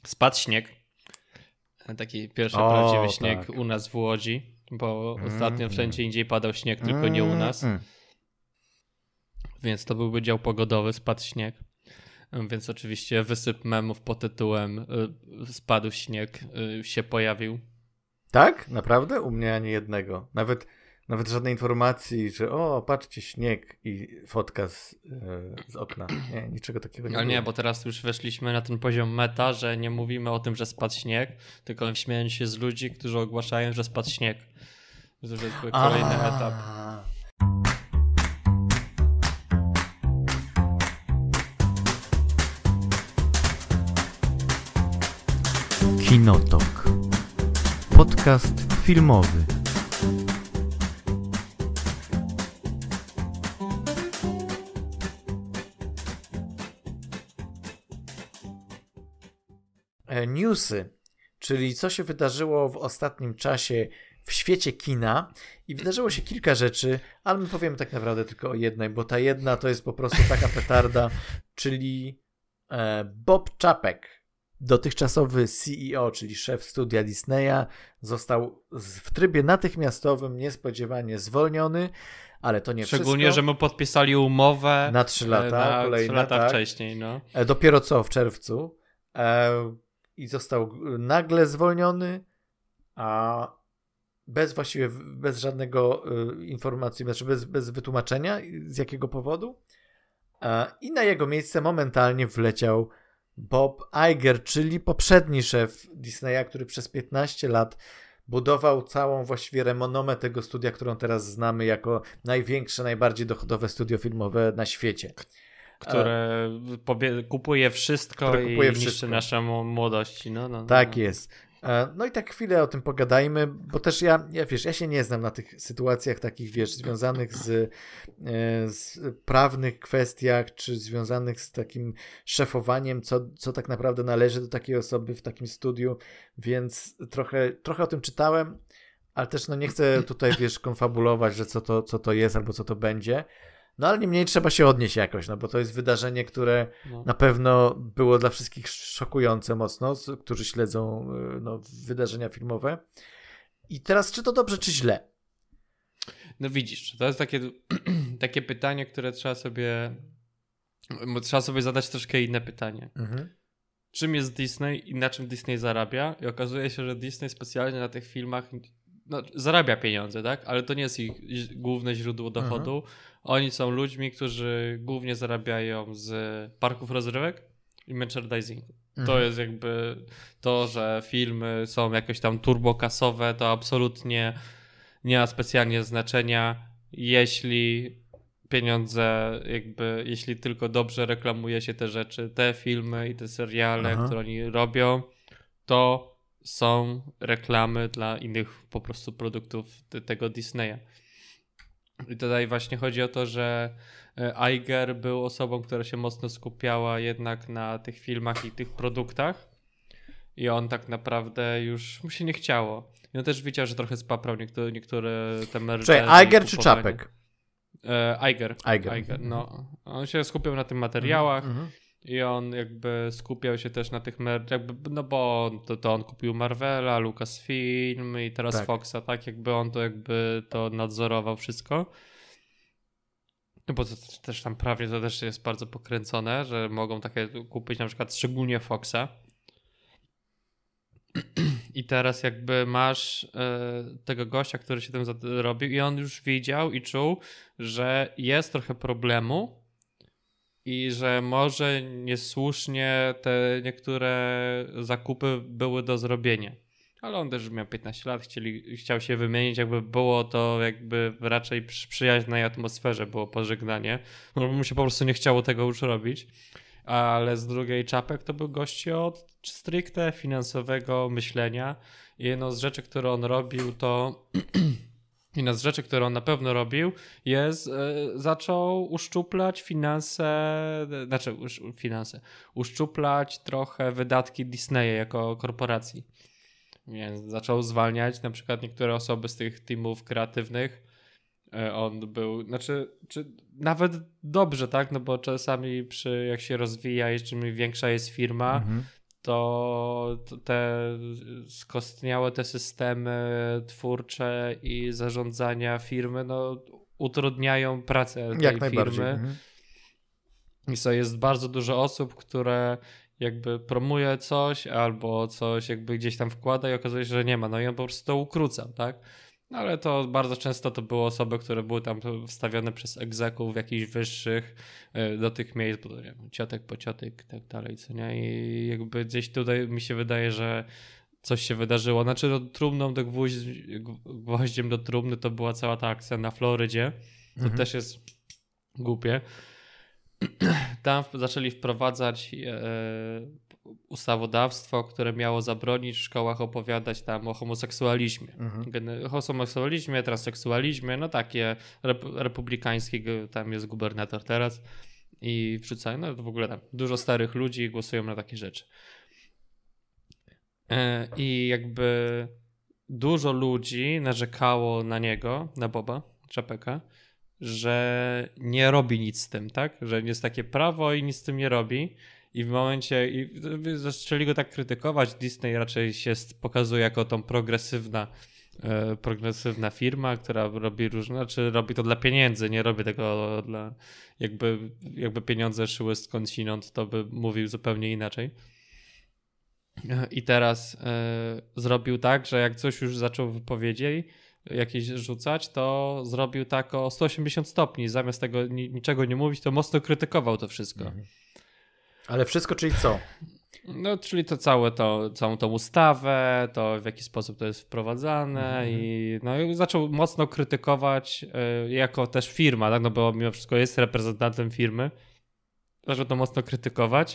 Spadł śnieg. Taki pierwszy prawdziwy śnieg tak. u nas w Łodzi, bo ostatnio wszędzie indziej padał śnieg, tylko nie u nas. Więc to byłby dział pogodowy, spadł śnieg. Więc oczywiście wysyp memów pod tytułem spadł śnieg się pojawił. Tak? Naprawdę? U mnie ani jednego. Nawet żadnej informacji, że patrzcie, śnieg i fotka z okna. Nie, niczego takiego nie Ale było. nie, bo teraz już weszliśmy na ten poziom meta, że nie mówimy o tym, że spadł śnieg, tylko śmieją się z ludzi, którzy ogłaszają, że spadł śnieg. To jest kolejny etap. Kinotok. Podcast filmowy. Newsy, czyli co się wydarzyło w ostatnim czasie w świecie kina. I wydarzyło się kilka rzeczy, ale my powiemy tak naprawdę tylko o jednej, bo ta jedna to jest po prostu taka petarda, czyli Bob Chapek, dotychczasowy CEO, czyli szef studia Disneya, został w trybie natychmiastowym niespodziewanie zwolniony, ale to nie Szczególnie, wszystko. że mu podpisali umowę na 3 lata, na 3 lata wcześniej. No. Dopiero co w czerwcu. I został nagle zwolniony, a bez żadnego informacji, znaczy bez wytłumaczenia z jakiego powodu. I na jego miejsce momentalnie wleciał Bob Iger, czyli poprzedni szef Disneya, który przez 15 lat budował całą właściwie renomę tego studia, którą teraz znamy jako największe, najbardziej dochodowe studio filmowe na świecie. Które kupuje wszystko i niszczy naszą młodości. No. Tak jest. No i tak chwilę o tym pogadajmy, bo też ja się nie znam na tych sytuacjach takich, związanych z prawnych kwestiach, czy związanych z takim szefowaniem, co tak naprawdę należy do takiej osoby w takim studiu, więc trochę o tym czytałem, ale też nie chcę tutaj, konfabulować, że co to jest albo co to będzie. No ale niemniej trzeba się odnieść jakoś, bo to jest wydarzenie, które na pewno było dla wszystkich szokujące mocno, którzy śledzą wydarzenia filmowe. I teraz, czy to dobrze, czy źle? No widzisz, to jest takie pytanie, które trzeba sobie zadać troszkę inne pytanie. Czym jest Disney i na czym Disney zarabia? I okazuje się, że Disney specjalnie na tych filmach zarabia pieniądze, tak? Ale to nie jest ich główne źródło dochodu. Oni są ludźmi, którzy głównie zarabiają z parków rozrywek i merchandisingu. To jest jakby to, że filmy są jakoś tam turbokasowe, to absolutnie nie ma specjalnie znaczenia, jeśli pieniądze jeśli tylko dobrze reklamuje się te rzeczy, te filmy i te seriale, które oni robią, to są reklamy dla innych po prostu produktów tego Disneya. I tutaj właśnie chodzi o to, że Iger był osobą, która się mocno skupiała jednak na tych filmach i tych produktach i on tak naprawdę już mu się nie chciało. I on też widział, że trochę spaprał niektóre te merge. Czyli Iger czy Czapek? Iger. No. On się skupiał na tych materiałach. I on jakby skupiał się też na tych bo to on kupił Marvela, Lucasfilm i teraz Foxa, tak? Jakby on to nadzorował wszystko. No bo to też tam prawie to też jest bardzo pokręcone, że mogą takie kupić na przykład szczególnie Foxa. I teraz jakby masz tego gościa, który się tym robił i on już widział i czuł, że jest trochę problemu i że może niesłusznie te niektóre zakupy były do zrobienia. Ale on też miał 15 lat, chciał się wymienić, jakby było to jakby raczej przy przyjaźnej atmosferze było pożegnanie. No, mu się po prostu nie chciało tego już robić. Ale z drugiej Czapek to był gość od stricte finansowego myślenia i jedną z rzeczy, które on robił to... Jedna z rzeczy, które on na pewno robił, jest zaczął uszczuplać uszczuplać trochę wydatki Disneya jako korporacji. Więc zaczął zwalniać na przykład niektóre osoby z tych teamów kreatywnych. On był, czy nawet dobrze, tak? No bo czasami jak się rozwija i czym większa jest firma, to te skostniałe te systemy twórcze i zarządzania firmy, no utrudniają pracę tej Jak najbardziej. firmy. I so jest bardzo dużo osób, które jakby promuje coś albo coś jakby gdzieś tam wkłada i okazuje się, że nie ma. No i on po prostu to ukrócał, tak? No ale to bardzo często to były osoby, które były tam wstawione przez egzeków jakichś wyższych do tych miejsc, bo to nie wiem, ciotek po ciotek i tak dalej, co nie? I jakby gdzieś tutaj mi się wydaje, że coś się wydarzyło. Znaczy trumną do gwoździem do trumny to była cała ta akcja na Florydzie. To też jest głupie. Tam zaczęli wprowadzać ustawodawstwo, które miało zabronić w szkołach opowiadać tam o homoseksualizmie. Homoseksualizmie, transseksualizmie, no takie republikańskie, tam jest gubernator teraz i wrzucają, no w ogóle tam dużo starych ludzi głosują na takie rzeczy. I jakby dużo ludzi narzekało na niego, na Boba Chapeka, że nie robi nic z tym, tak? Że jest takie prawo i nic z tym nie robi. I w momencie, i zaczęli go tak krytykować, Disney raczej się pokazuje jako tą progresywna firma, która robi różne, znaczy robi to dla pieniędzy, nie robi tego dla, jakby pieniądze szły skądinąd, to by mówił zupełnie inaczej. I teraz zrobił tak, że jak coś już zaczął wypowiedzieć, jakieś rzucać, to zrobił tak o 180 stopni. Zamiast tego niczego nie mówić, to mocno krytykował to wszystko. Ale wszystko, czyli co? No, czyli to całą tą ustawę, to w jaki sposób to jest wprowadzane i zaczął mocno krytykować jako też firma, tak? No bo mimo wszystko jest reprezentantem firmy. Zaczął to mocno krytykować.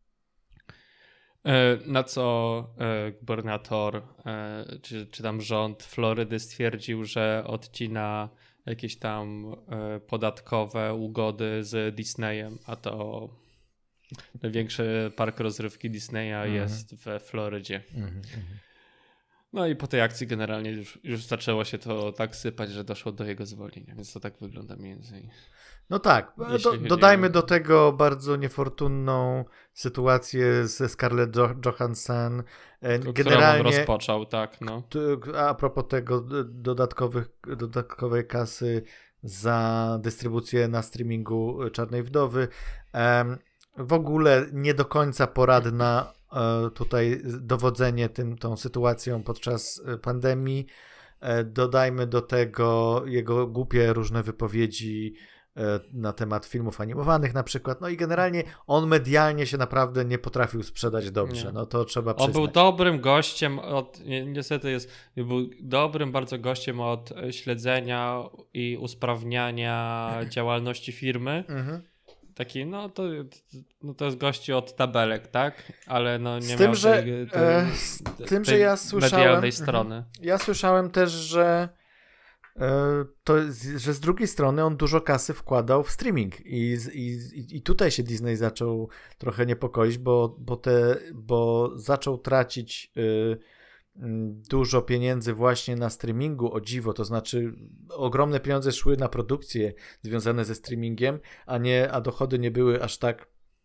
Na co gubernator czy tam rząd Florydy stwierdził, że odcina jakieś tam podatkowe ugody z Disneyem, a to największy park rozrywki Disneya jest we Florydzie. No i po tej akcji generalnie już zaczęło się to tak sypać, że doszło do jego zwolnienia, więc to tak wygląda mniej więcej. No tak, dodajmy do tego bardzo niefortunną sytuację ze Scarlett Johansson. Generalnie on rozpoczął, tak. No. A propos tego dodatkowej kasy za dystrybucję na streamingu Czarnej Wdowy. W ogóle nie do końca poradna tutaj dowodzenie tą sytuacją podczas pandemii. Dodajmy do tego jego głupie różne wypowiedzi na temat filmów animowanych na przykład. No i generalnie on medialnie się naprawdę nie potrafił sprzedać dobrze. Nie. No to trzeba przyznać. On był dobrym gościem niestety był dobrym bardzo gościem od śledzenia i usprawniania działalności firmy. Taki, to jest gości od tabelek, tak? Ale no nie miał tej ja słyszałem, medialnej strony. Ja słyszałem też, że że z drugiej strony on dużo kasy wkładał w streaming i tutaj się Disney zaczął trochę niepokoić, bo zaczął tracić dużo pieniędzy właśnie na streamingu, o dziwo, to znaczy ogromne pieniądze szły na produkcje związane ze streamingiem, a dochody nie były aż tak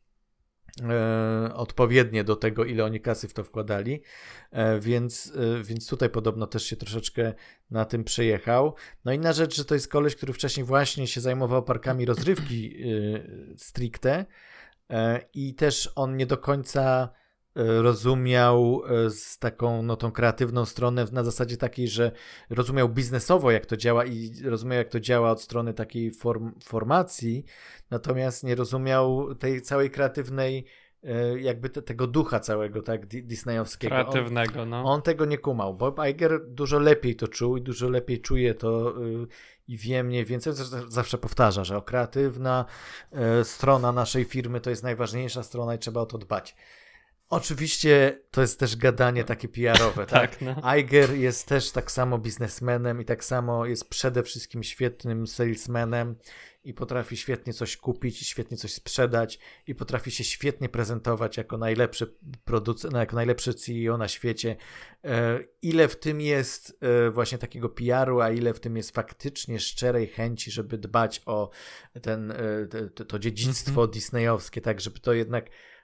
odpowiednie do tego, ile oni kasy w to wkładali, więc tutaj podobno też się troszeczkę na tym przejechał. No inna rzecz, że to jest koleś, który wcześniej właśnie się zajmował parkami rozrywki stricte i też on nie do końca rozumiał z taką tą kreatywną stronę na zasadzie takiej, że rozumiał biznesowo, jak to działa i rozumiał, jak to działa od strony takiej formacji, natomiast nie rozumiał tej całej kreatywnej jakby tego ducha całego, tak, disneyowskiego. Kreatywnego, On tego nie kumał. Bob Iger dużo lepiej to czuł i dużo lepiej czuje to i wie mniej więcej, zawsze powtarza, że kreatywna strona naszej firmy to jest najważniejsza strona i trzeba o to dbać. Oczywiście to jest też gadanie takie PR-owe, tak? No. Iger jest też tak samo biznesmenem i tak samo jest przede wszystkim świetnym salesmanem i potrafi świetnie coś kupić i świetnie coś sprzedać i potrafi się świetnie prezentować jako najlepszy producent, jako najlepszy CEO na świecie. Ile w tym jest właśnie takiego PR-u, a ile w tym jest faktycznie szczerej chęci, żeby dbać o to dziedzictwo disneyowskie, tak, żeby to jednak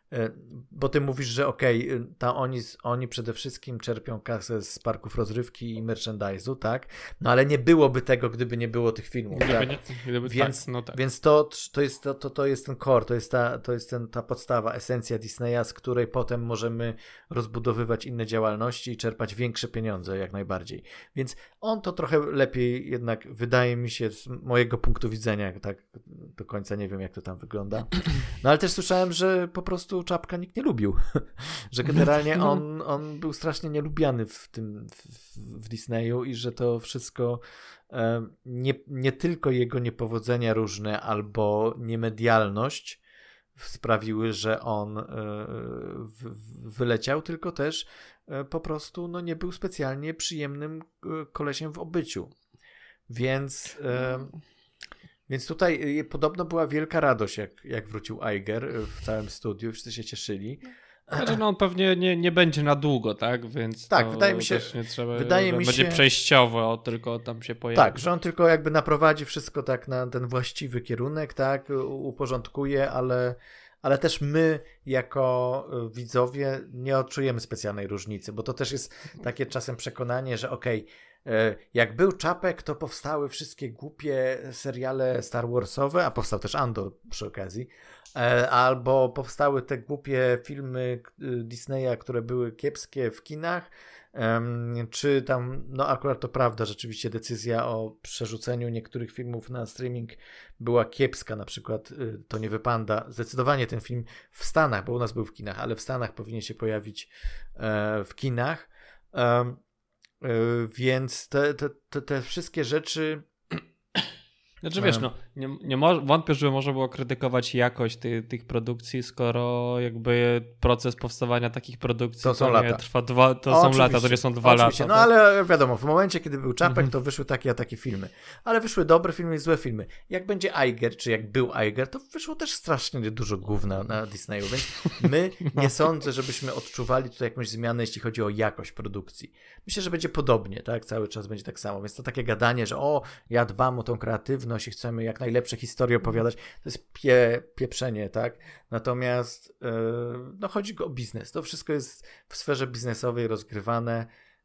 bo ty mówisz, że oni przede wszystkim czerpią kasę z parków rozrywki i merchandise'u, tak? No ale nie byłoby tego, gdyby nie było tych filmów, tak? Więc to jest ten core, to jest ta podstawa, esencja Disneya, z której potem możemy rozbudowywać inne działalności i czerpać większe pieniądze jak najbardziej. Więc on to trochę lepiej jednak wydaje mi się z mojego punktu widzenia, tak do końca nie wiem jak to tam wygląda. No ale też słyszałem, że po prostu Czapka nikt nie lubił, że generalnie on był strasznie nielubiany w Disneyu i że to wszystko nie tylko jego niepowodzenia różne albo niemedialność sprawiły, że on wyleciał, tylko też po prostu nie był specjalnie przyjemnym kolesiem w obyciu. Więc tutaj podobno była wielka radość, jak wrócił Iger w całym studiu, wszyscy się cieszyli. Znaczy, on pewnie nie będzie na długo, tak? Więc tak, wydaje mi się, też nie trzeba, będzie przejściowo, tylko tam się pojawi. Tak, że on tylko jakby naprowadzi wszystko tak na ten właściwy kierunek, tak, uporządkuje, ale też my jako widzowie nie odczujemy specjalnej różnicy, bo to też jest takie czasem przekonanie, że jak był Czapek, to powstały wszystkie głupie seriale Star Warsowe, a powstał też Andor przy okazji, albo powstały te głupie filmy Disneya, które były kiepskie w kinach, czy tam, akurat to prawda, rzeczywiście decyzja o przerzuceniu niektórych filmów na streaming była kiepska, na przykład To nie wypanda, zdecydowanie ten film w Stanach, bo u nas był w kinach, ale w Stanach powinien się pojawić w kinach, więc te wszystkie rzeczy. Znaczy wiesz, wątpię, żeby można było krytykować jakość tych produkcji, skoro jakby proces powstawania takich produkcji to są lata. Trwa lata, to nie są 2 lata. No ale wiadomo, w momencie, kiedy był Czapek, to wyszły takie a takie filmy. Ale wyszły dobre filmy i złe filmy. Jak będzie Iger, czy jak był Iger, to wyszło też strasznie dużo gówna na Disneyu, więc my nie sądzę, żebyśmy odczuwali tutaj jakąś zmianę, jeśli chodzi o jakość produkcji. Myślę, że będzie podobnie, tak? Cały czas będzie tak samo, więc to takie gadanie, że ja dbam o tą kreatywność i chcemy jak najlepsze historie opowiadać, to jest pieprzenie, tak? Natomiast chodzi o biznes. To wszystko jest w sferze biznesowej rozgrywane.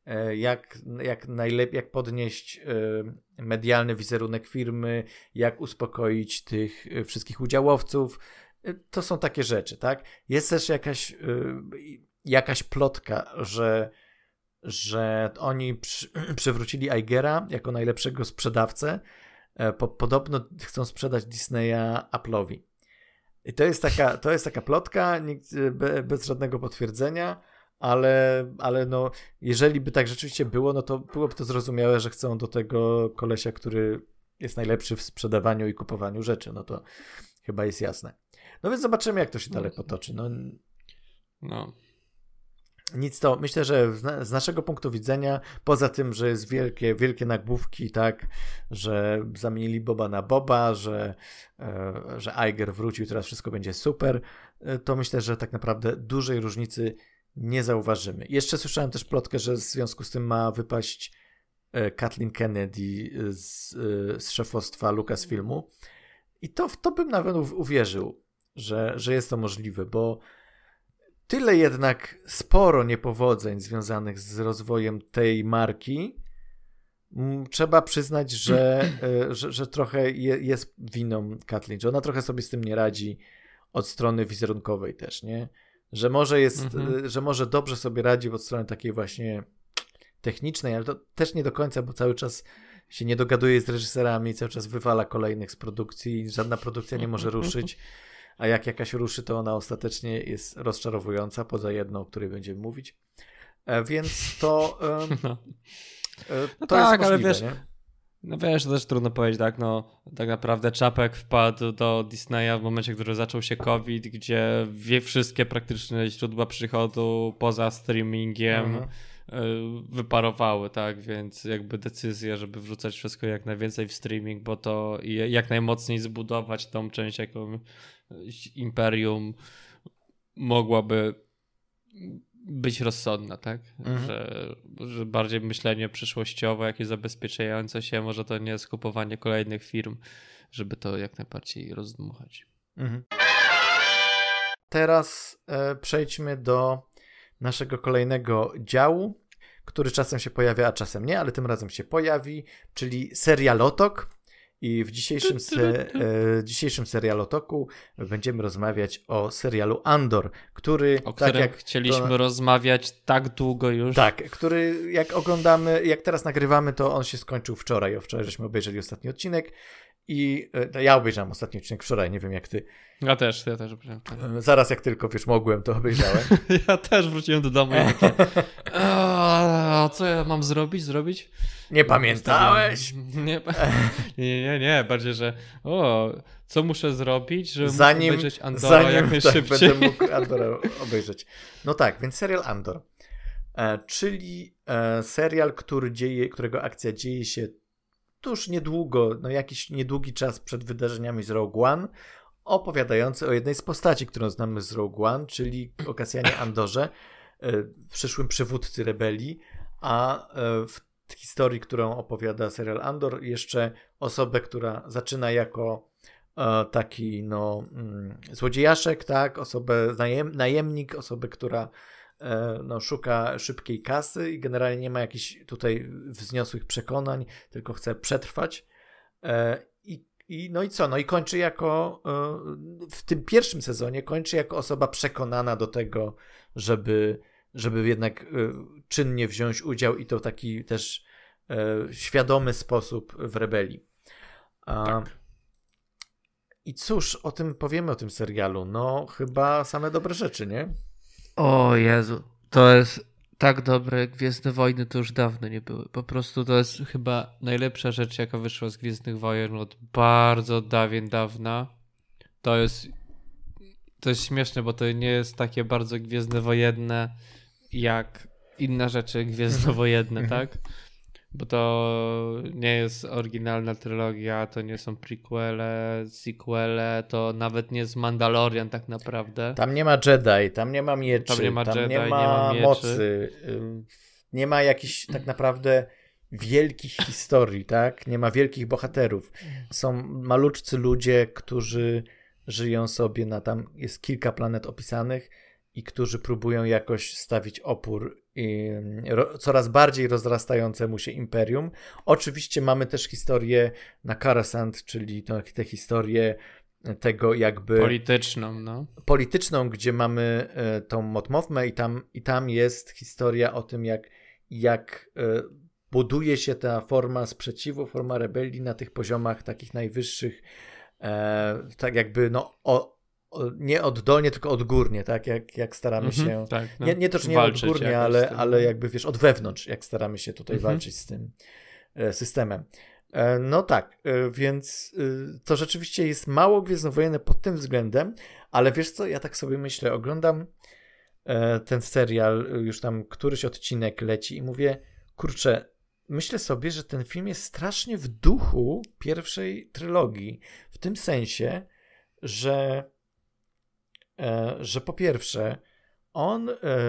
Jak podnieść medialny wizerunek firmy, jak uspokoić tych wszystkich udziałowców. To są takie rzeczy, tak? Jest też jakaś plotka, że oni przywrócili Igera jako najlepszego sprzedawcę. Podobno chcą sprzedać Disneya Apple'owi. I to jest taka plotka, bez żadnego potwierdzenia, ale jeżeli by tak rzeczywiście było, to byłoby to zrozumiałe, że chcą do tego kolesia, który jest najlepszy w sprzedawaniu i kupowaniu rzeczy. No to chyba jest jasne. No więc zobaczymy, jak to się dalej potoczy. Nic to, myślę, że z naszego punktu widzenia, poza tym, że jest wielkie nagłówki, tak, że zamienili Boba na Boba, że Iger wrócił, teraz wszystko będzie super, to myślę, że tak naprawdę dużej różnicy nie zauważymy. Jeszcze słyszałem też plotkę, że w związku z tym ma wypaść Kathleen Kennedy z szefostwa Lucasfilmu i to bym nawet uwierzył, że jest to możliwe, bo tyle jednak sporo niepowodzeń związanych z rozwojem tej marki. Trzeba przyznać, że trochę jest winą Kathleen, że ona trochę sobie z tym nie radzi od strony wizerunkowej też, nie? Że może dobrze sobie radzi od strony takiej właśnie technicznej, ale to też nie do końca, bo cały czas się nie dogaduje z reżyserami, cały czas wywala kolejnych z produkcji, żadna produkcja nie może ruszyć. A jak jakaś ruszy, to ona ostatecznie jest rozczarowująca, poza jedną, o której będziemy mówić. Więc to jest możliwe, ale wiesz, nie? No wiesz, to też trudno powiedzieć, tak? Tak naprawdę Czapek wpadł do Disneya w momencie, który zaczął się COVID, gdzie wszystkie praktyczne źródła przychodu poza streamingiem wyparowały, tak? Więc jakby decyzja, żeby wrzucać wszystko jak najwięcej w streaming, bo to jak najmocniej zbudować tą część jaką imperium mogłaby być rozsądna, tak? Że bardziej myślenie przyszłościowe, jakieś zabezpieczające się, może to nie skupowanie kolejnych firm, żeby to jak najbardziej rozdmuchać. teraz przejdźmy do naszego kolejnego działu, który czasem się pojawia, a czasem nie, ale tym razem się pojawi, czyli serialotok. I w dzisiejszym serialotoku będziemy rozmawiać o serialu Andor, który... O którym chcieliśmy rozmawiać tak długo już. Tak, który jak oglądamy, jak teraz nagrywamy, to on się skończył wczoraj. Wczoraj żeśmy obejrzeli ostatni odcinek i ja obejrzałem ostatni odcinek wczoraj, nie wiem jak ty. Ja też obejrzałem. Zaraz jak tylko, mogłem, to obejrzałem. Ja też wróciłem do domu i co ja mam zrobić? Nie pamiętałeś? Nie, bardziej, że co muszę zrobić, żeby obejrzeć Andora zanim jak najszybciej. Będę mógł Andora obejrzeć. No tak, więc serial Andor, czyli serial, którego akcja dzieje się tuż niedługo, jakiś niedługi czas przed wydarzeniami z Rogue One, opowiadający o jednej z postaci, którą znamy z Rogue One, czyli o Cassianie Andorze, przyszłym przywódcy rebelii, a w historii, którą opowiada serial Andor, jeszcze osobę, która zaczyna jako taki złodziejaszek, tak, osobę najemnik, osobę, która szuka szybkiej kasy i generalnie nie ma jakichś tutaj wzniosłych przekonań, tylko chce przetrwać. I kończy jako w tym pierwszym sezonie kończy jako osoba przekonana do tego, żeby jednak czynnie wziąć udział i to w taki też świadomy sposób w rebelii. Tak. I cóż, powiemy o tym serialu. Chyba same dobre rzeczy, nie? O Jezu, to jest tak dobre. Gwiezdne Wojny to już dawno nie były. Po prostu to jest chyba najlepsza rzecz, jaka wyszła z Gwiezdnych Wojen od bardzo dawna. To jest śmieszne, bo to nie jest takie bardzo gwiezdnowojenne jak inne rzeczy gwiezdnowojenne, tak? Bo to nie jest oryginalna trylogia, to nie są prequele, sequele, to nawet nie jest Mandalorian tak naprawdę. Tam nie ma Jedi, tam nie ma mieczy, tam nie ma mocy, nie ma jakichś tak naprawdę wielkich historii, tak? Nie ma wielkich bohaterów. Są maluczcy ludzie, którzy żyją sobie tam jest kilka planet opisanych i którzy próbują jakoś stawić opór coraz bardziej rozrastającemu się imperium. Oczywiście mamy też historię na Coruscant, czyli tę historię tego jakby... Polityczną, gdzie mamy tą Mon Mothmę i tam jest historia o tym, jak buduje się ta forma sprzeciwu, forma rebelii na tych poziomach takich najwyższych, tak jakby nie oddolnie, tylko odgórnie, tak? Jak staramy się... Tak, nie to, że nie odgórnie, ale jakby wiesz, od wewnątrz, jak staramy się tutaj walczyć z tym systemem. No tak, więc to rzeczywiście jest mało gwiezdnowojenne pod tym względem, ale wiesz co, ja tak sobie myślę, oglądam ten serial, już tam któryś odcinek leci i mówię, kurczę, myślę sobie, że ten film jest strasznie w duchu pierwszej trylogii, w tym sensie, że po pierwsze on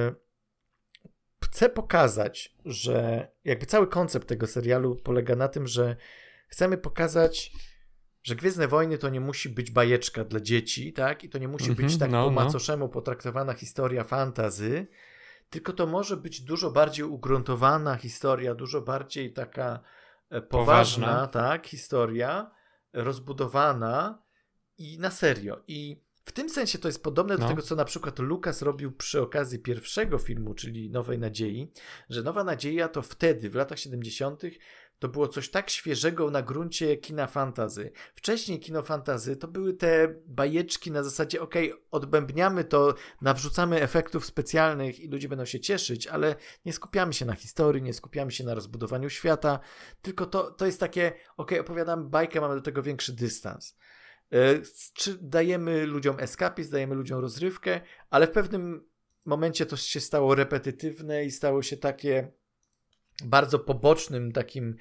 chce pokazać, że jakby cały koncept tego serialu polega na tym, że chcemy pokazać, że Gwiezdne Wojny to nie musi być bajeczka dla dzieci, tak? I to nie musi być tak po macoszemu potraktowana historia fantasy, tylko to może być dużo bardziej ugruntowana historia, dużo bardziej taka poważna, tak? Historia rozbudowana i na serio. I w tym sensie to jest podobne do tego, co na przykład Lucas robił przy okazji pierwszego filmu, czyli Nowej Nadziei, że Nowa Nadzieja to wtedy, w latach 70. to było coś tak świeżego na gruncie kina fantasy. Wcześniej kino fantasy to były te bajeczki na zasadzie odbębniamy to, nawrzucamy efektów specjalnych i ludzie będą się cieszyć, ale nie skupiamy się na historii, nie skupiamy się na rozbudowaniu świata, tylko to jest takie, opowiadamy bajkę, mamy do tego większy dystans. Czy dajemy ludziom eskapizm, dajemy ludziom rozrywkę, ale w pewnym momencie to się stało repetytywne i stało się takie bardzo pobocznym takim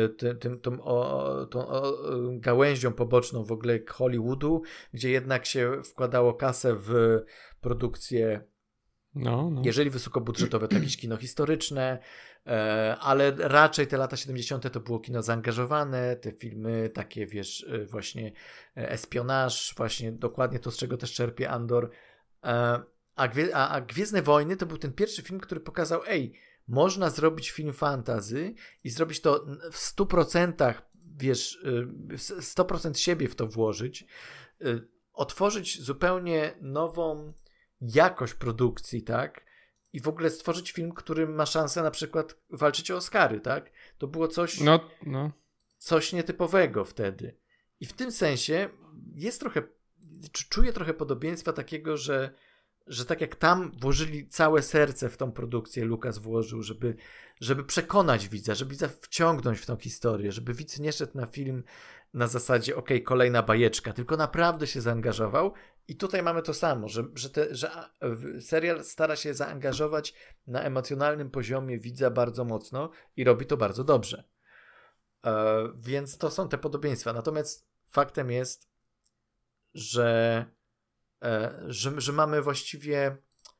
tą gałęzią poboczną w ogóle Hollywoodu, gdzie jednak się wkładało kasę w produkcje jeżeli wysokobudżetowe, to jakieś kino historyczne, ale raczej te lata 70. to było kino zaangażowane, te filmy takie, wiesz, właśnie espionaż, właśnie dokładnie to, z czego też czerpie Andor, A Gwiezdne Wojny to był ten pierwszy film, który pokazał, można zrobić film fantasy i zrobić to w 100%, wiesz, 100% siebie w to włożyć, otworzyć zupełnie nową jakość produkcji, tak? I w ogóle stworzyć film, który ma szansę na przykład walczyć o Oscary, tak? To było coś nietypowego wtedy. I w tym sensie czuję trochę podobieństwa takiego, że tak jak tam włożyli całe serce w tą produkcję, Lucas włożył, żeby przekonać widza, żeby widza wciągnąć w tą historię, żeby widz nie szedł na film na zasadzie kolejna bajeczka, tylko naprawdę się zaangażował. I tutaj mamy to samo, że serial stara się zaangażować na emocjonalnym poziomie widza bardzo mocno i robi to bardzo dobrze. Więc to są te podobieństwa. Natomiast faktem jest, że mamy właściwie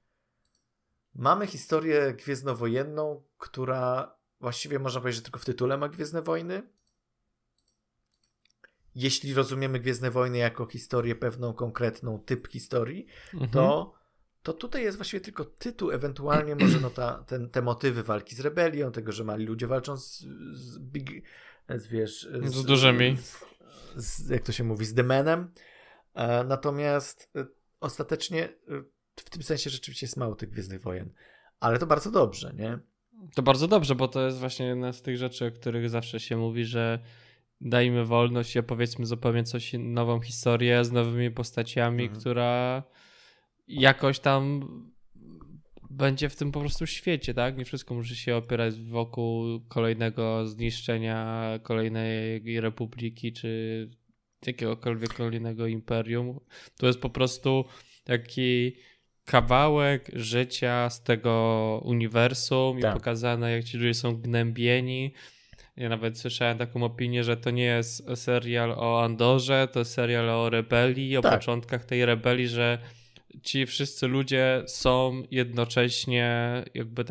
historię gwiezdnowojenną, która właściwie można powiedzieć, że tylko w tytule ma Gwiezdne Wojny. Jeśli rozumiemy Gwiezdne Wojny jako historię pewną konkretną, typ historii, to tutaj jest właściwie tylko tytuł, ewentualnie może te motywy walki z rebelią, tego, że mali ludzie walczą z dużymi. Jak to się mówi, z Demenem. Natomiast ostatecznie w tym sensie rzeczywiście jest mało tych Gwiezdnych Wojen. Ale to bardzo dobrze, nie? To bardzo dobrze, bo to jest właśnie jedna z tych rzeczy, o których zawsze się mówi, że dajmy wolność i opowiedzmy zupełnie nową historię z nowymi postaciami, która jakoś tam będzie w tym po prostu świecie, tak? Nie wszystko musi się opierać wokół kolejnego zniszczenia kolejnej republiki, czy jakiegokolwiek kolejnego imperium. To jest po prostu taki kawałek życia z tego uniwersum i pokazane, jak ci ludzie są gnębieni. Ja nawet słyszałem taką opinię, że to nie jest serial o Andorze, to jest serial o rebelii, o początkach tej rebelii, że ci wszyscy ludzie są jednocześnie jakby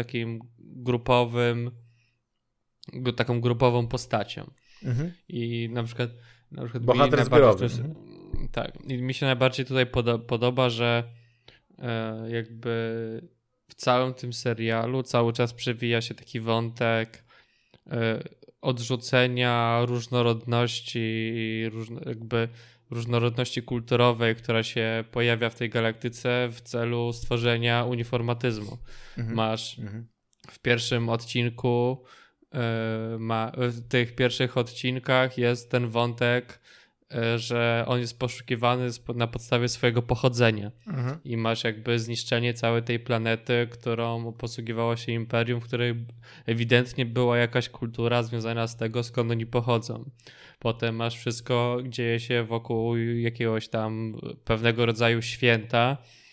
taką grupową postacią. I na przykład bohater zbiorowy. Tak. I mi się najbardziej tutaj podoba, że jakby w całym tym serialu cały czas przewija się taki wątek odrzucenia różnorodności kulturowej, która się pojawia w tej galaktyce w celu stworzenia uniformatyzmu. Masz w pierwszym odcinku w tych pierwszych odcinkach jest ten wątek, że on jest poszukiwany na podstawie swojego pochodzenia i masz jakby zniszczenie całej tej planety, którą posługiwało się imperium, w której ewidentnie była jakaś kultura związana z tego, skąd oni pochodzą. Potem masz wszystko, dzieje się wokół jakiegoś tam pewnego rodzaju święta,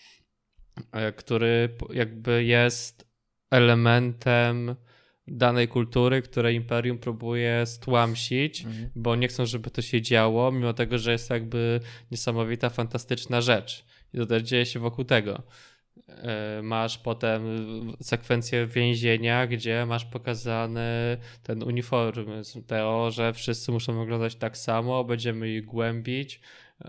który jakby jest elementem danej kultury, które imperium próbuje stłamsić, bo nie chcą, żeby to się działo, mimo tego, że jest jakby niesamowita, fantastyczna rzecz. I to też dzieje się wokół tego. Masz potem sekwencję więzienia, gdzie masz pokazany ten uniformizm, to, że wszyscy muszą wyglądać tak samo, będziemy ich głębić,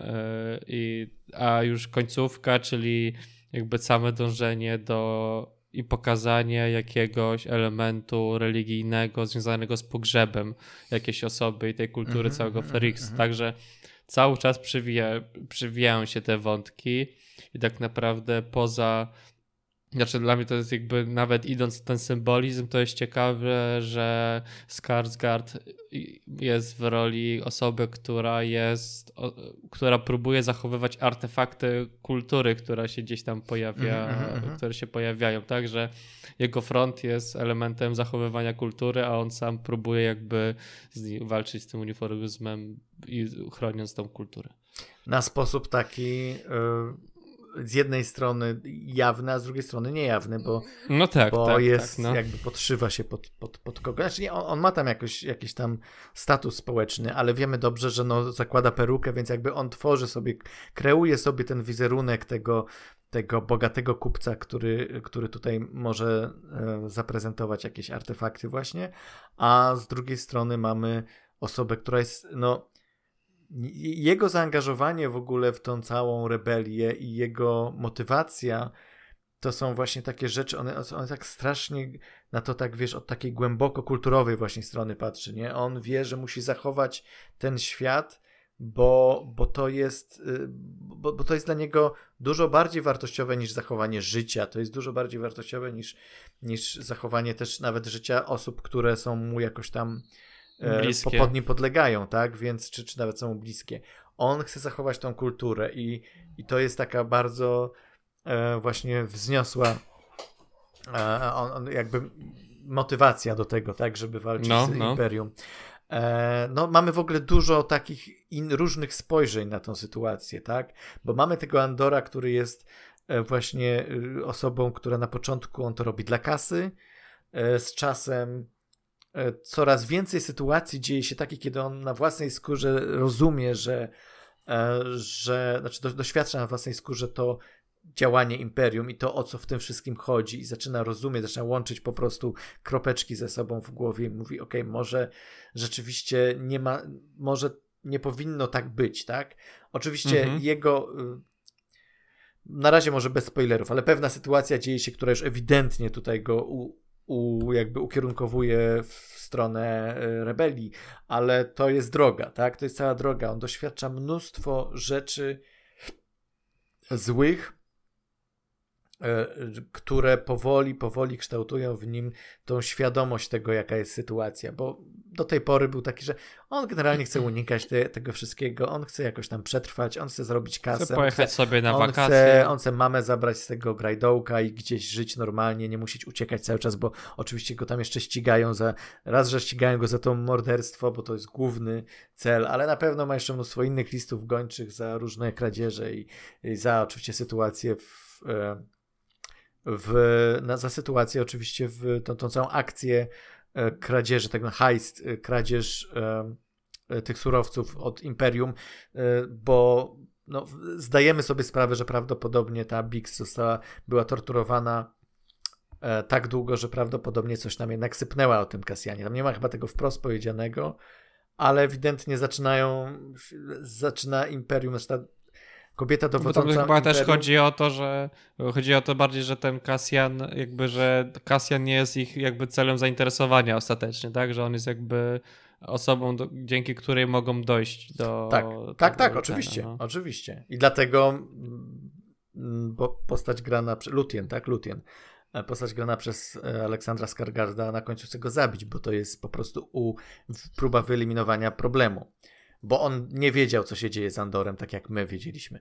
a już końcówka, czyli jakby same dążenie i pokazanie jakiegoś elementu religijnego związanego z pogrzebem jakiejś osoby i tej kultury całego Ferrix. Także cały czas przywijają się te wątki i tak naprawdę dla mnie to jest jakby, nawet idąc w ten symbolizm, to jest ciekawe, że Skarsgård jest w roli osoby, która próbuje zachowywać artefakty kultury, która się gdzieś tam pojawia, które się pojawiają, tak, że jego front jest elementem zachowywania kultury, a on sam próbuje jakby walczyć z tym uniformizmem i chroniąc tą kulturę. Na sposób taki z jednej strony jawny, a z drugiej strony niejawny, bo jakby podszywa się pod kogoś. Znaczy nie, on ma tam jakiś tam status społeczny, ale wiemy dobrze, że zakłada perukę, więc jakby on kreuje sobie ten wizerunek tego bogatego kupca, który tutaj może zaprezentować jakieś artefakty właśnie, a z drugiej strony mamy osobę, która jest jego zaangażowanie w ogóle w tą całą rebelię i jego motywacja to są właśnie takie rzeczy, one tak strasznie na to tak, wiesz, od takiej głęboko kulturowej właśnie strony patrzy, nie? On wie, że musi zachować ten świat, bo to jest dla niego dużo bardziej wartościowe niż zachowanie życia, to jest dużo bardziej wartościowe niż zachowanie też nawet życia osób, które są mu jakoś tam pod nim podlegają, tak? Więc czy nawet są mu bliskie. On chce zachować tą kulturę i to jest taka bardzo właśnie wzniosła jakby motywacja do tego, tak, żeby walczyć z Imperium. Mamy w ogóle dużo takich różnych spojrzeń na tą sytuację, tak, bo mamy tego Andora, który jest właśnie osobą, która na początku on to robi dla kasy, z czasem coraz więcej sytuacji dzieje się takich, kiedy on na własnej skórze rozumie, że znaczy doświadcza na własnej skórze to działanie Imperium i to, o co w tym wszystkim chodzi i zaczyna rozumieć, zaczyna łączyć po prostu kropeczki ze sobą w głowie i mówi, okej, może rzeczywiście może nie powinno tak być, tak? Oczywiście jego, na razie może bez spoilerów, ale pewna sytuacja dzieje się, która już ewidentnie tutaj go jakby ukierunkowuje w stronę rebelii, ale to jest droga, tak? To jest cała droga. On doświadcza mnóstwo rzeczy złych, które powoli kształtują w nim tą świadomość tego, jaka jest sytuacja, bo do tej pory był taki, że on generalnie chce unikać tego wszystkiego, on chce jakoś tam przetrwać, on chce zrobić kasę. Chce pojechać sobie na wakacje. On chce mamę zabrać z tego grajdołka i gdzieś żyć normalnie, nie musieć uciekać cały czas, bo oczywiście go tam jeszcze ścigają że ścigają go za to morderstwo, bo to jest główny cel, ale na pewno ma jeszcze mnóstwo innych listów gończych za różne kradzieże i za oczywiście sytuację za sytuację oczywiście w tą całą akcję kradzieży, tego heist, kradzież tych surowców od Imperium, bo zdajemy sobie sprawę, że prawdopodobnie ta Bix była torturowana tak długo, że prawdopodobnie coś nam jednak sypnęła o tym Cassianie. Tam nie ma chyba tego wprost powiedzianego, ale ewidentnie zaczyna Imperium, kobieta dowodząca. Bo to chyba też chodzi o to bardziej, że ten Cassian że Cassian nie jest ich jakby celem zainteresowania ostatecznie, tak? Że on jest jakby osobą, dzięki której mogą dojść do... Tak, oczywiście. I dlatego bo postać grana Luthen, tak? Luthen. Postać grana przez Aleksandra Skarsgarda na końcu chce go zabić, bo to jest po prostu próba wyeliminowania problemu. Bo on nie wiedział, co się dzieje z Andorem, tak jak my wiedzieliśmy.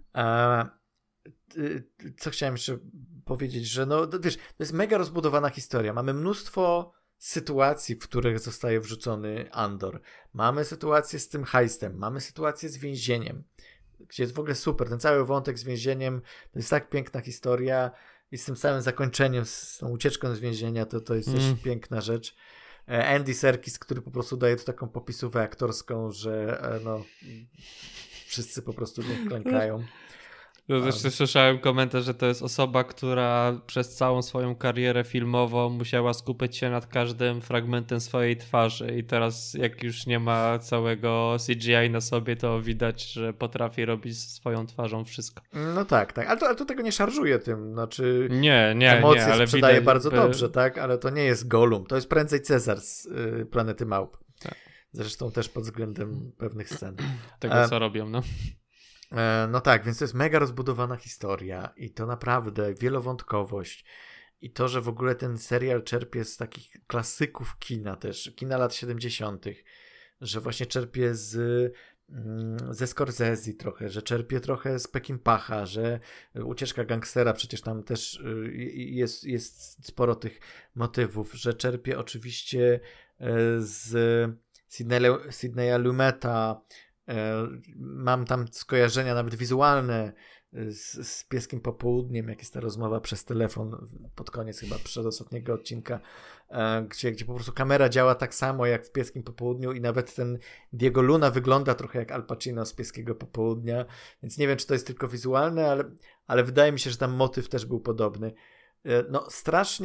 Co chciałem jeszcze powiedzieć, że wiesz, to jest mega rozbudowana historia. Mamy mnóstwo sytuacji, w których zostaje wrzucony Andor. Mamy sytuację z tym heistem, mamy sytuację z więzieniem, gdzie jest w ogóle super. Ten cały wątek z więzieniem to jest tak piękna historia i z tym samym zakończeniem, z tą ucieczką z więzienia, to jest też piękna rzecz. Andy Serkis, który po prostu daje tu taką popisówkę aktorską, że wszyscy po prostu nie klękają. Zresztą słyszałem komentarz, że to jest osoba, która przez całą swoją karierę filmową musiała skupić się nad każdym fragmentem swojej twarzy i teraz jak już nie ma całego CGI na sobie, to widać, że potrafi robić ze swoją twarzą wszystko. No tak. Ale to tego nie szarżuje tym, znaczy nie, ale sprzedaje bardzo dobrze, tak? Ale to nie jest Gollum, to jest prędzej Cezar z Planety Małp. Tak. Zresztą też pod względem pewnych scen. Tego, co robią, No tak, więc to jest mega rozbudowana historia i to naprawdę wielowątkowość i to, że w ogóle ten serial czerpie z takich klasyków kina też, kina lat 70., że właśnie czerpie ze Scorsese trochę, że czerpie trochę z Peckinpaha, że Ucieczka gangstera, przecież tam też jest sporo tych motywów, że czerpie oczywiście z Sidneya Lumeta. Mam tam skojarzenia nawet wizualne z Pieskiem Popołudniem, jak jest ta rozmowa przez telefon pod koniec chyba przedostatniego odcinka, gdzie po prostu kamera działa tak samo jak w Pieskim Popołudniu i nawet ten Diego Luna wygląda trochę jak Al Pacino z Pieskiego Popołudnia, więc nie wiem, czy to jest tylko wizualne, ale wydaje mi się, że tam motyw też był podobny.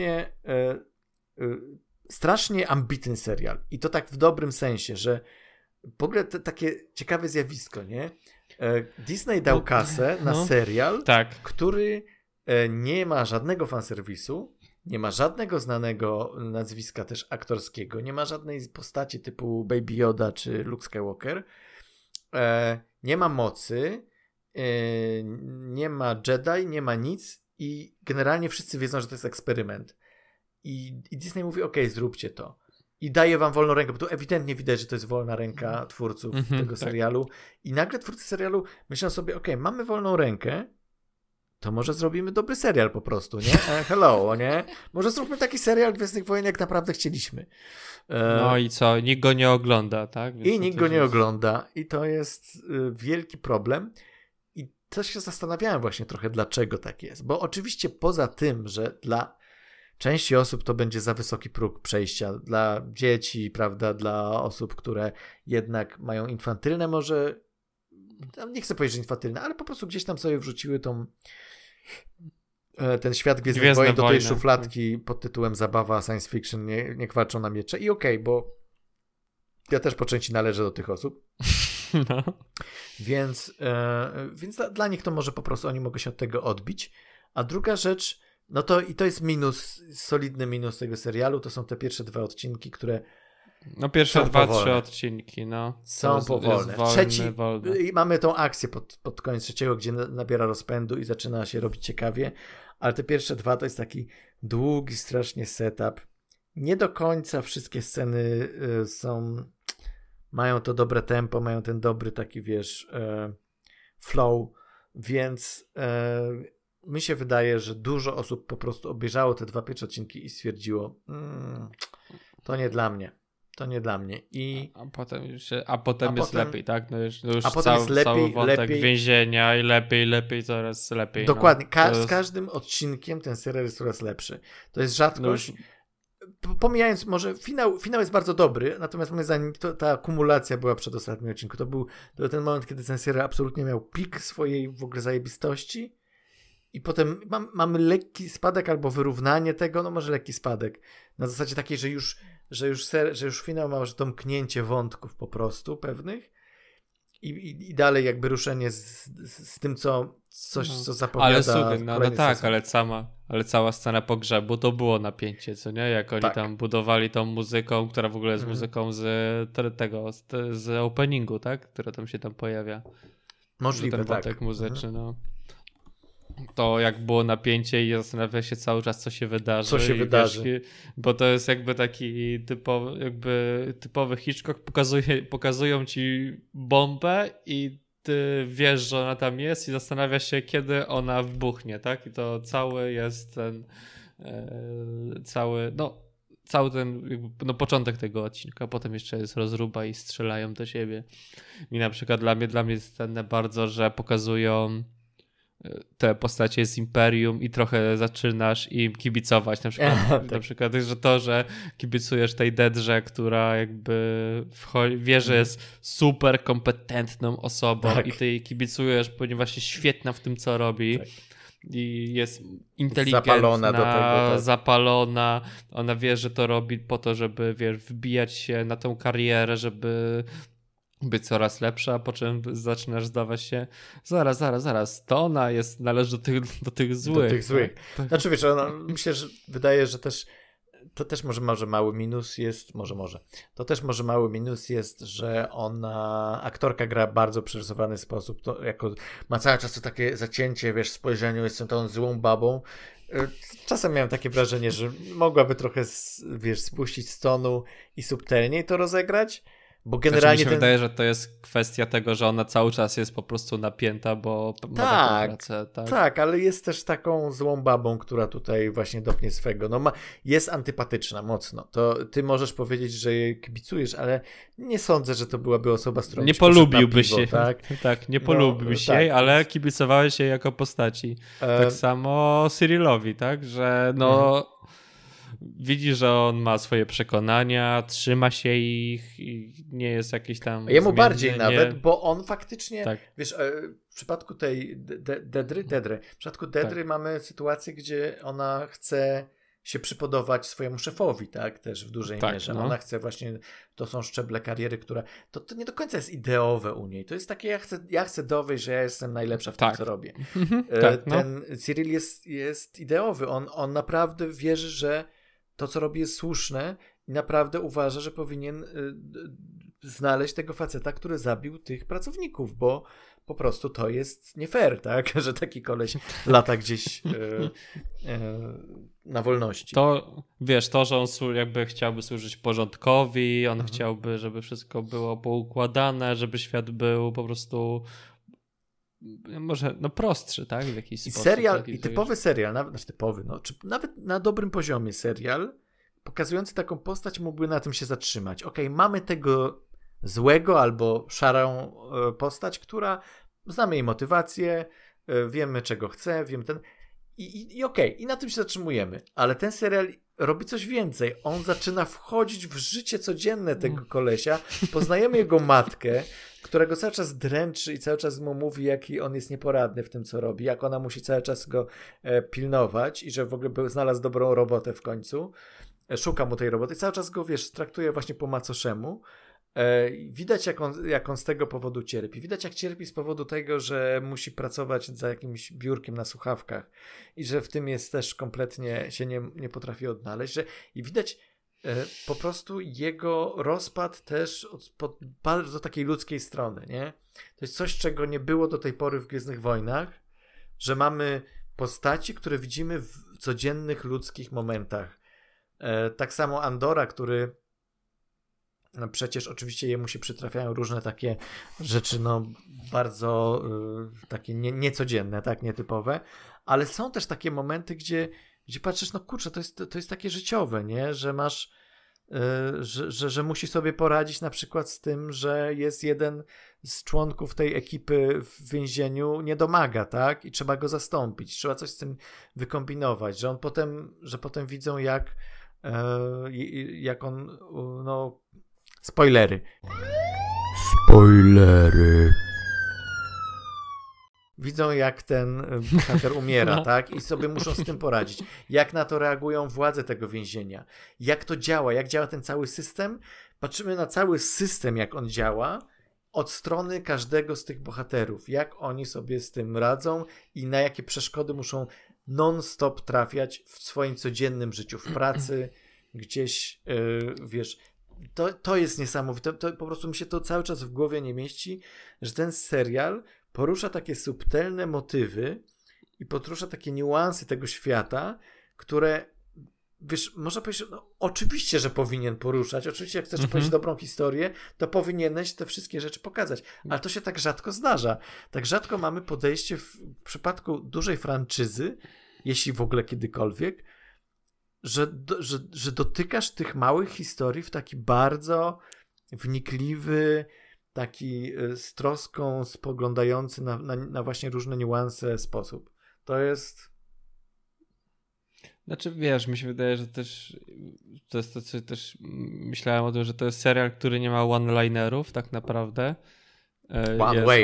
Strasznie ambitny serial i to tak w dobrym sensie, że w ogóle takie ciekawe zjawisko, nie? Disney dał kasę na serial, który nie ma żadnego fanserwisu, nie ma żadnego znanego nazwiska też aktorskiego, nie ma żadnej postaci typu Baby Yoda czy Luke Skywalker, nie ma mocy, nie ma Jedi, nie ma nic i generalnie wszyscy wiedzą, że to jest eksperyment. I Disney mówi, okej, zróbcie to. I daje wam wolną rękę, bo tu ewidentnie widać, że to jest wolna ręka twórców tego serialu. I nagle twórcy serialu myślą sobie, okej, mamy wolną rękę, to może zrobimy dobry serial po prostu, nie? Hello, nie? Może zróbmy taki serial Gwiezdnych Wojen, jak naprawdę chcieliśmy. No i co? Nikt go nie ogląda, tak? Więc I nikt go nie ogląda. I to jest wielki problem. I też się zastanawiałem właśnie trochę, dlaczego tak jest. Bo oczywiście poza tym, że dla części osób to będzie za wysoki próg przejścia, dla dzieci, prawda, dla osób, które jednak mają infantylne może, nie chcę powiedzieć, że infantylne, ale po prostu gdzieś tam sobie wrzuciły ten świat Gwiezdnych Wojen do tej szufladki pod tytułem zabawa science fiction, nie kwarczą na miecze. I okej, bo ja też po części należę do tych osób. No. Więc dla nich to może po prostu oni mogą się od tego odbić. A druga rzecz, no to i to jest minus, solidny minus tego serialu, to są te pierwsze 2 odcinki, które no pierwsze 2-3 odcinki, no. Są powolne. Trzeci, i mamy tą akcję pod koniec trzeciego, gdzie nabiera rozpędu i zaczyna się robić ciekawie, ale te pierwsze 2 to jest taki długi strasznie setup. Nie do końca wszystkie sceny mają to dobre tempo, mają ten dobry taki, wiesz, flow, więc mi się wydaje, że dużo osób po prostu obejrzało te 2 pierwsze odcinki i stwierdziło, to nie dla mnie. To nie dla mnie. A potem jest lepiej, tak? No już cały wątek więzienia i lepiej, coraz lepiej. Dokładnie. Z każdym odcinkiem ten serial jest coraz lepszy. To jest rzadkość. Pomijając, może finał jest bardzo dobry, natomiast moim zdaniem ta akumulacja była przed ostatnim odcinku. To był ten moment, kiedy ten serial absolutnie miał pik swojej w ogóle zajebistości i potem mamy lekki spadek albo wyrównanie tego, no może lekki spadek. Na zasadzie takiej, że już finał ma już domknięcie wątków po prostu pewnych i dalej jakby ruszenie z tym, co zapowiada. Ale słuchaj, no tak, ale cała scena pogrzebu to było napięcie, co nie? Jak oni tam budowali tą muzyką, która w ogóle jest muzyką z openingu, tak? Która tam się pojawia. Możliwe, ten wątek muzyczny, no. To jak było napięcie i zastanawia się cały czas, co się wydarzy. Bo to jest jakby taki typowy Hitchcock. Pokazują ci bombę i ty wiesz, że ona tam jest i zastanawia się, kiedy ona wybuchnie, tak? I to cały jest ten cały ten początek tego odcinka. Potem jeszcze jest rozruba i strzelają do siebie. I na przykład dla mnie jest cenne bardzo, że pokazują te postacie z Imperium i trochę zaczynasz im kibicować. Na przykład, że kibicujesz tej Dedrze, która jakby wie, że jest super kompetentną osobą i ty jej kibicujesz, ponieważ jest świetna w tym, co robi. Tak. I jest inteligentna, zapalona. Ona wie, że to robi po to, żeby wbijać się na tą karierę, żeby być coraz lepsza, po czym zaczynasz zdawać się, zaraz, to ona należy do tych złych. Do tych złych. Tak? Znaczy wiesz, myślę, że wydaje, że też to też może mały minus jest, to też może mały minus jest, że aktorka gra w bardzo przerysowany sposób, to ma cały czas to takie zacięcie, wiesz, w spojrzeniu, jestem tą złą babą. Czasem miałem takie wrażenie, że mogłaby trochę, spuścić z tonu i subtelniej to rozegrać. Bo generalnie mi się wydaje, że to jest kwestia tego, że ona cały czas jest po prostu napięta, bo ma taką pracę. Tak, ale jest też taką złą babą, która tutaj właśnie dopnie swego. Jest antypatyczna mocno. To ty możesz powiedzieć, że jej kibicujesz, ale nie sądzę, że to byłaby osoba, z którą nie polubiłbyś jej. Tak, nie polubiłbyś jej, ale kibicowałeś jej jako postaci. Tak samo Cyrillowi, tak, że widzi, że on ma swoje przekonania, trzyma się ich i nie jest jakiś tam jemu zmienny, bardziej nawet, bo on faktycznie, wiesz, w przypadku tej Dedry, w przypadku Dedry mamy sytuację, gdzie ona chce się przypodobać swojemu szefowi, tak? Też w dużej mierze. No. Ona chce właśnie, to są szczeble kariery, które, to nie do końca jest ideowe u niej. To jest takie, ja chcę dowieść, że ja jestem najlepsza w tym, co robię. Ten Cyril jest ideowy. On naprawdę wierzy, że to, co robi, jest słuszne i naprawdę uważa, że powinien znaleźć tego faceta, który zabił tych pracowników, bo po prostu to jest nie fair, tak? Że taki koleś lata gdzieś na wolności. To, wiesz, to, że on jakby chciałby służyć porządkowi, on chciałby, żeby wszystko było poukładane, żeby świat był po prostu może prostszy, tak? W jakiś sposób. Serial, i typowy serial, czy nawet na dobrym poziomie serial, pokazujący taką postać, mógłby na tym się zatrzymać. Okej, mamy tego złego albo szarą postać, która znamy jej motywację, wiemy czego chce, wiemy ten i na tym się zatrzymujemy. Ale ten serial robi coś więcej. On zaczyna wchodzić w życie codzienne tego kolesia. Poznajemy jego matkę, która go cały czas dręczy i cały czas mu mówi, jaki on jest nieporadny w tym, co robi, jak ona musi cały czas go pilnować i że w ogóle znalazł dobrą robotę w końcu. Szuka mu tej roboty. Cały czas go, traktuje właśnie po macoszemu. Widać, jak on z tego powodu cierpi. Widać, jak cierpi z powodu tego, że musi pracować za jakimś biurkiem na słuchawkach i że w tym jest też kompletnie się nie potrafi odnaleźć. I widać po prostu jego rozpad też od bardzo takiej ludzkiej strony, nie? To jest coś, czego nie było do tej pory w Gwiezdnych Wojnach, że mamy postaci, które widzimy w codziennych ludzkich momentach. Tak samo Andora, który przecież oczywiście jemu się przytrafiają różne takie rzeczy, bardzo takie niecodzienne, tak, nietypowe, ale są też takie momenty, gdzie patrzysz, kurczę, to jest takie życiowe, nie, że masz, że musi sobie poradzić na przykład z tym, że jest jeden z członków tej ekipy w więzieniu nie domaga, tak, i trzeba go zastąpić, trzeba coś z tym wykombinować, że potem widzą jak on, Spoilery. Widzą, jak ten bohater umiera, tak? I sobie muszą z tym poradzić. Jak na to reagują władze tego więzienia. Jak to działa, jak działa ten cały system. Patrzymy na cały system, jak on działa, od strony każdego z tych bohaterów. Jak oni sobie z tym radzą i na jakie przeszkody muszą non-stop trafiać w swoim codziennym życiu, w pracy, gdzieś, To jest niesamowite, to po prostu mi się to cały czas w głowie nie mieści, że ten serial porusza takie subtelne motywy i porusza takie niuanse tego świata, które, można powiedzieć, oczywiście, że powinien poruszać, oczywiście jak chcesz powiedzieć dobrą historię, to powinieneś te wszystkie rzeczy pokazać, ale to się tak rzadko zdarza. Tak rzadko mamy podejście w przypadku dużej franczyzy, jeśli w ogóle kiedykolwiek, że dotykasz tych małych historii w taki bardzo wnikliwy, taki z troską spoglądający na właśnie różne niuanse sposób. To jest... Znaczy, mi się wydaje, że też to jest to, co też myślałem o tym, że to jest serial, który nie ma one-linerów tak naprawdę. One way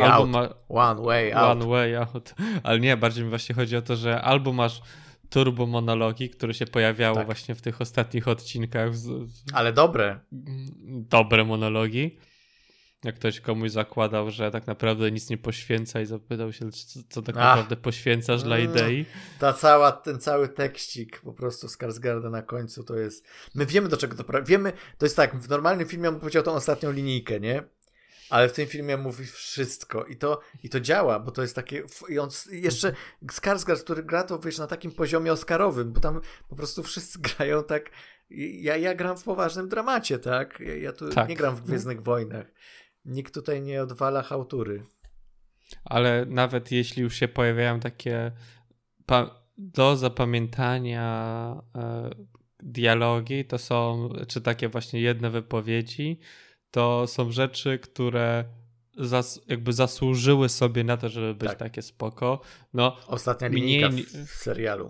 out. Ale nie, bardziej mi właśnie chodzi o to, że albo masz turbo monologi, które się pojawiało właśnie w tych ostatnich odcinkach. Ale dobre. Dobre monologi. Jak ktoś komuś zakładał, że tak naprawdę nic nie poświęca i zapytał się, co tak naprawdę poświęcasz dla idei. Ten cały tekścik po prostu Skarsgarda na końcu to jest... My wiemy, do czego to... Wiemy, to jest tak, w normalnym filmie on powiedział tą ostatnią linijkę, nie? Ale w tym filmie mówi wszystko i to działa, bo to jest takie... I on jeszcze Skarsgård, który gra to, na takim poziomie oscarowym, bo tam po prostu wszyscy grają tak... Ja gram w poważnym dramacie, tak? Ja tu nie gram w Gwiezdnych Wojnach. Nikt tutaj nie odwala chałtury. Ale nawet jeśli już się pojawiają takie do zapamiętania dialogi, to są, czy takie właśnie jedne wypowiedzi, to są rzeczy, które jakby zasłużyły sobie na to, żeby być takie spoko. Ostatnia linijka w serialu.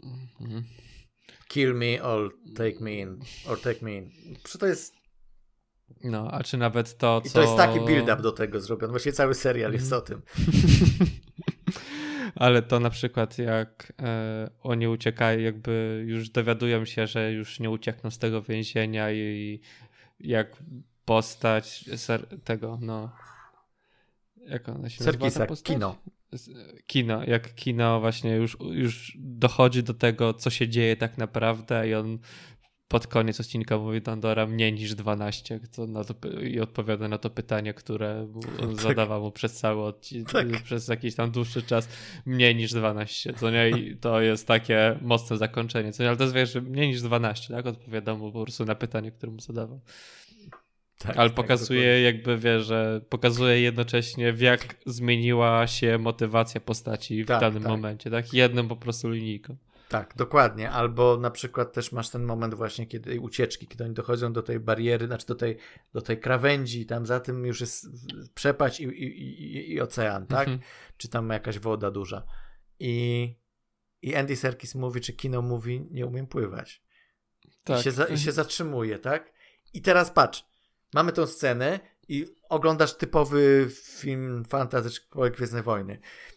Kill me or take me in. To jest... a czy nawet to, co... I to jest taki build-up do tego zrobiony. Właściwie cały serial jest o tym. Ale to na przykład jak oni uciekają, jakby już dowiadują się, że już nie uciekną z tego więzienia i jak postać tego, no jak ona się nazywa ta postać? Kino. Jak Kino właśnie już dochodzi do tego, co się dzieje tak naprawdę i on pod koniec odcinka mówi do Andora mniej niż 12 i odpowiada na to pytanie, które on zadawał mu przez cały odcinek, przez jakiś tam dłuższy czas, mniej niż 12, co nie? I to jest takie mocne zakończenie, co nie? Ale to jest, wiesz, że mniej niż 12, tak? Odpowiada mu po prostu na pytanie, które mu zadawał. Ale pokazuje jakby, wiesz, że pokazuje jednocześnie, w jak zmieniła się motywacja postaci w danym momencie, tak? Jedną po prostu linijką. Tak, dokładnie. Albo na przykład też masz ten moment właśnie kiedy ucieczki, kiedy oni dochodzą do tej bariery, znaczy do tej krawędzi, tam za tym już jest przepaść i ocean, tak? Czy tam jakaś woda duża. I Andy Serkis mówi, czy Kino mówi, nie umiem pływać. Tak. I się zatrzymuje, tak? I teraz patrz, mamy tą scenę i oglądasz typowy film fantasy czy Gwiezdne Wojny.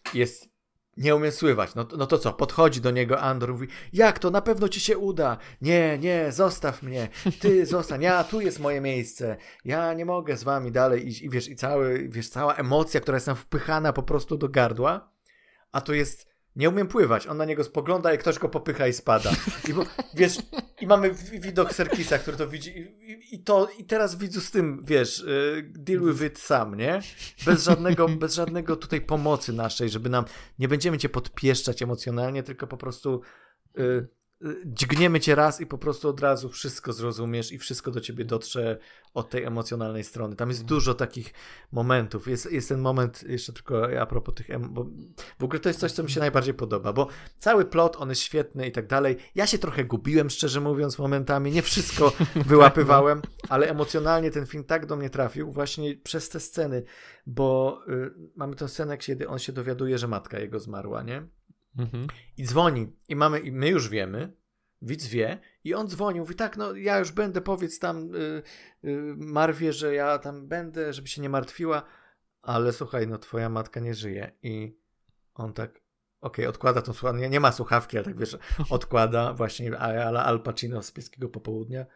Nie umiem spływać. No to co? Podchodzi do niego Andor, mówi, jak to? Na pewno ci się uda. Nie, zostaw mnie. Ty zostań. Tu jest moje miejsce. Ja nie mogę z wami dalej iść. I wiesz, cała emocja, która jest tam wpychana po prostu do gardła, a to jest, nie umiem pływać. On na niego spogląda i ktoś go popycha i spada. I mamy widok Serkisa, który to widzi i teraz widzu z tym, wiesz, deal with it sam, nie? Bez żadnego tutaj pomocy naszej, żeby nie będziemy cię podpieszczać emocjonalnie, tylko po prostu dźgniemy cię raz i po prostu od razu wszystko zrozumiesz i wszystko do ciebie dotrze od tej emocjonalnej strony. Tam jest dużo takich momentów. Jest ten moment, jeszcze tylko a propos tych bo w ogóle to jest coś, co mi się najbardziej podoba, bo cały plot, on jest świetny i tak dalej. Ja się trochę gubiłem, szczerze mówiąc, momentami. Nie wszystko wyłapywałem, ale emocjonalnie ten film tak do mnie trafił właśnie przez te sceny, bo mamy tę scenę, kiedy on się dowiaduje, że matka jego zmarła, nie? I dzwoni i my już wiemy, widz wie i on dzwoni, mówi tak, no ja już będę, powiedz tam Marwie, że ja tam będę, żeby się nie martwiła, ale słuchaj, no twoja matka nie żyje. I on tak odkłada tą słuchawkę, nie ma słuchawki, ale tak wiesz, odkłada właśnie Al Pacino z Pieskiego Popołudnia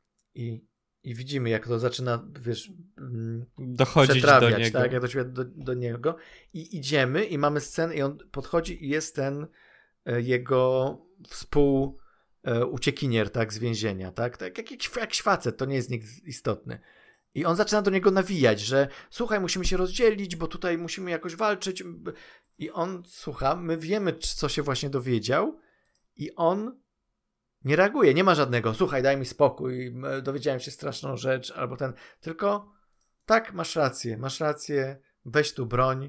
i widzimy, jak to zaczyna, wiesz, dochodzić do niego. Tak, jak dociera do niego. I idziemy i mamy scenę i on podchodzi i jest ten jego współuciekinier, tak, z więzienia, tak jak facet, to nie jest nikt istotny. I on zaczyna do niego nawijać, że słuchaj, musimy się rozdzielić, bo tutaj musimy jakoś walczyć. I on słucha, my wiemy, co się właśnie dowiedział i on nie reaguje, nie ma żadnego, słuchaj, daj mi spokój, dowiedziałem się straszną rzecz, albo tylko tak, masz rację, weź tu broń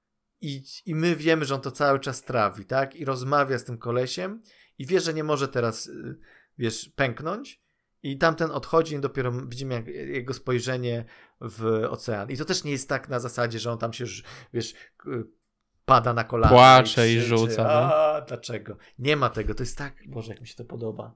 i my wiemy, że on to cały czas trawi, tak, i rozmawia z tym kolesiem i wie, że nie może teraz, wiesz, pęknąć i tamten odchodzi i dopiero widzimy jego spojrzenie w ocean. I to też nie jest tak na zasadzie, że on tam się, wiesz, pada na kolana. Płacze i rzuca. Dlaczego? Nie ma tego. To jest tak... Boże, jak mi się to podoba.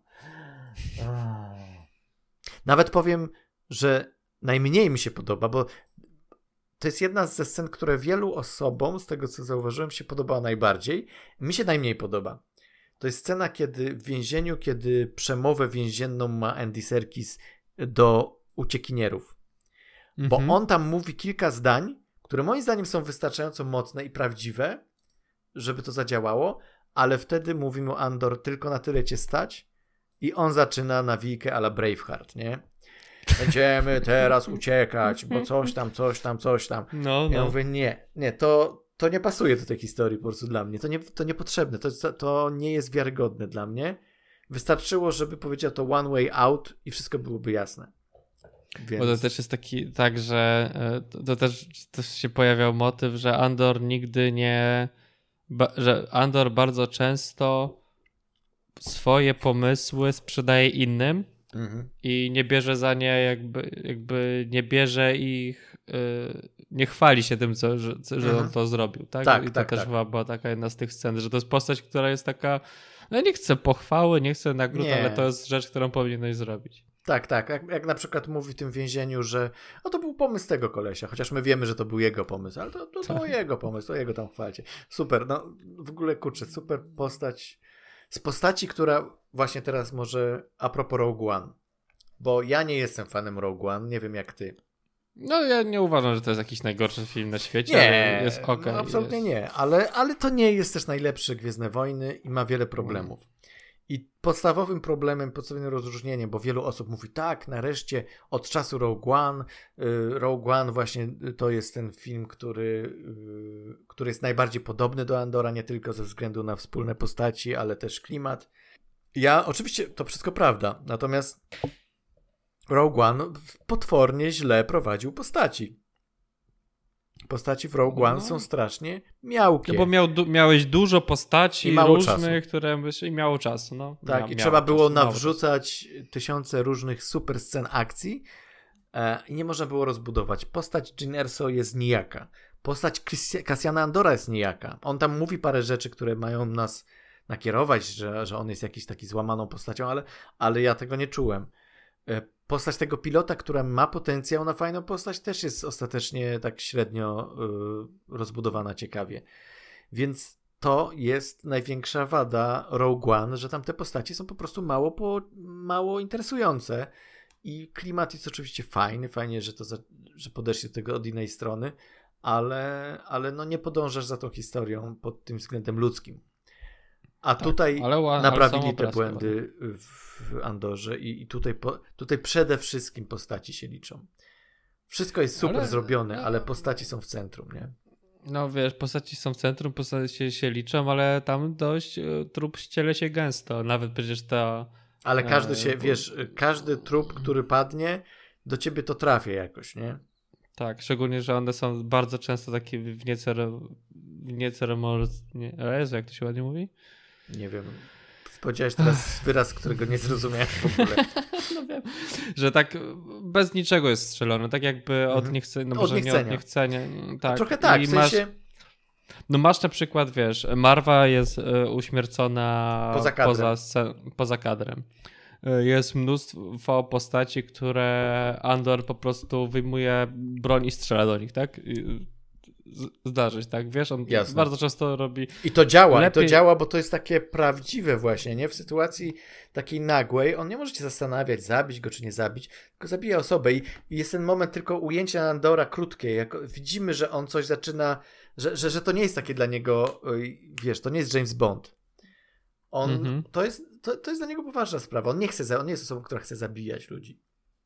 Nawet powiem, że najmniej mi się podoba, bo to jest jedna ze scen, które wielu osobom, z tego co zauważyłem, się podobała najbardziej. Mi się najmniej podoba. To jest scena, kiedy w więzieniu, kiedy przemowę więzienną ma Andy Serkis do uciekinierów. Bo on tam mówi kilka zdań, które moim zdaniem są wystarczająco mocne i prawdziwe, żeby to zadziałało, ale wtedy mówi mu Andor, tylko na tyle cię stać i on zaczyna nawijkę a la Braveheart, nie? Będziemy teraz uciekać, bo coś tam. Ja mówię, nie, to nie pasuje do tej historii po prostu dla mnie. To niepotrzebne, to nie jest wiarygodne dla mnie. Wystarczyło, żeby powiedział to one way out i wszystko byłoby jasne. Więc... Bo to też jest tak, że to też się pojawiał motyw, że Andor nigdy nie... że Andor bardzo często swoje pomysły sprzedaje innym i nie bierze za nie jakby nie bierze ich, nie chwali się tym, że on to zrobił, tak? Tak, i to też chyba była taka jedna z tych scen, że to jest postać, która jest taka, no nie chcę pochwały, nie chcę nagród, ale to jest rzecz, którą powinieneś zrobić. Tak. Jak na przykład mówi w tym więzieniu, że to był pomysł tego kolesia, chociaż my wiemy, że to był jego pomysł, ale to jego pomysł, to jego tam chwalcie. Super, no w ogóle kurczę, super postać. Z postaci, która właśnie teraz może a propos Rogue One, bo ja nie jestem fanem Rogue One, nie wiem jak ty. No ja nie uważam, że to jest jakiś najgorszy film na świecie, Nie, ale jest okej. no, absolutnie nie, ale to nie jest też najlepszy Gwiezdne Wojny i ma wiele problemów. I podstawowym podstawowym rozróżnieniem, bo wielu osób mówi tak, nareszcie od czasu Rogue One właśnie to jest ten film, który jest najbardziej podobny do Andora, nie tylko ze względu na wspólne postaci, ale też klimat. Oczywiście to wszystko prawda, natomiast Rogue One potwornie źle prowadził postaci. Postaci w Rogue One są strasznie miałkie. No bo miałeś dużo postaci różnych, które i miało czasu. No. Tak, i trzeba było nawrzucać tysiące różnych super scen akcji i nie można było rozbudować. Postać Jyn Erso jest nijaka. Postać Cassiana Andora jest nijaka. On tam mówi parę rzeczy, które mają nas nakierować, że on jest jakiś taki złamaną postacią, ale ja tego nie czułem. Postać tego pilota, która ma potencjał na fajną postać, też jest ostatecznie tak średnio rozbudowana ciekawie. Więc to jest największa wada Rogue One, że tam te postacie są po prostu mało interesujące i klimat jest oczywiście fajnie, że podeszli do tego od innej strony, ale no nie podążasz za tą historią pod tym względem ludzkim. A tak, tutaj naprawili te błędy w Andorze i tutaj przede wszystkim postaci się liczą. Wszystko jest super zrobione, ale postaci są w centrum, nie? No wiesz, postaci są w centrum, postaci się liczą, ale tam dość trup ściele się gęsto. Nawet przecież ta... Ale każdy trup, który padnie, do ciebie to trafia jakoś, nie? Tak, szczególnie, że one są bardzo często takie jak to się ładnie mówi? Nie wiem. Powiedziałeś teraz wyraz, którego nie zrozumiałem w ogóle. No wiem, że tak bez niczego jest strzelone, tak jakby od niechcenia. No może nie od niechcenia. Tak. Trochę tak, w sensie... Masz na przykład, wiesz, Marwa jest uśmiercona poza kadrem. Jest mnóstwo postaci, które Andor po prostu wyjmuje broń i strzela do nich, tak? Zdarzyć, tak? Wiesz, on bardzo często robi... I to działa, bo to jest takie prawdziwe właśnie, nie? W sytuacji takiej nagłej, on nie może się zastanawiać, zabić go czy nie zabić, tylko zabija osobę i jest ten moment tylko ujęcia Andora krótkie, jak widzimy, że on coś zaczyna, że to nie jest takie dla niego, wiesz, to nie jest James Bond. To jest dla niego poważna sprawa. On nie jest osobą, która chce zabijać ludzi.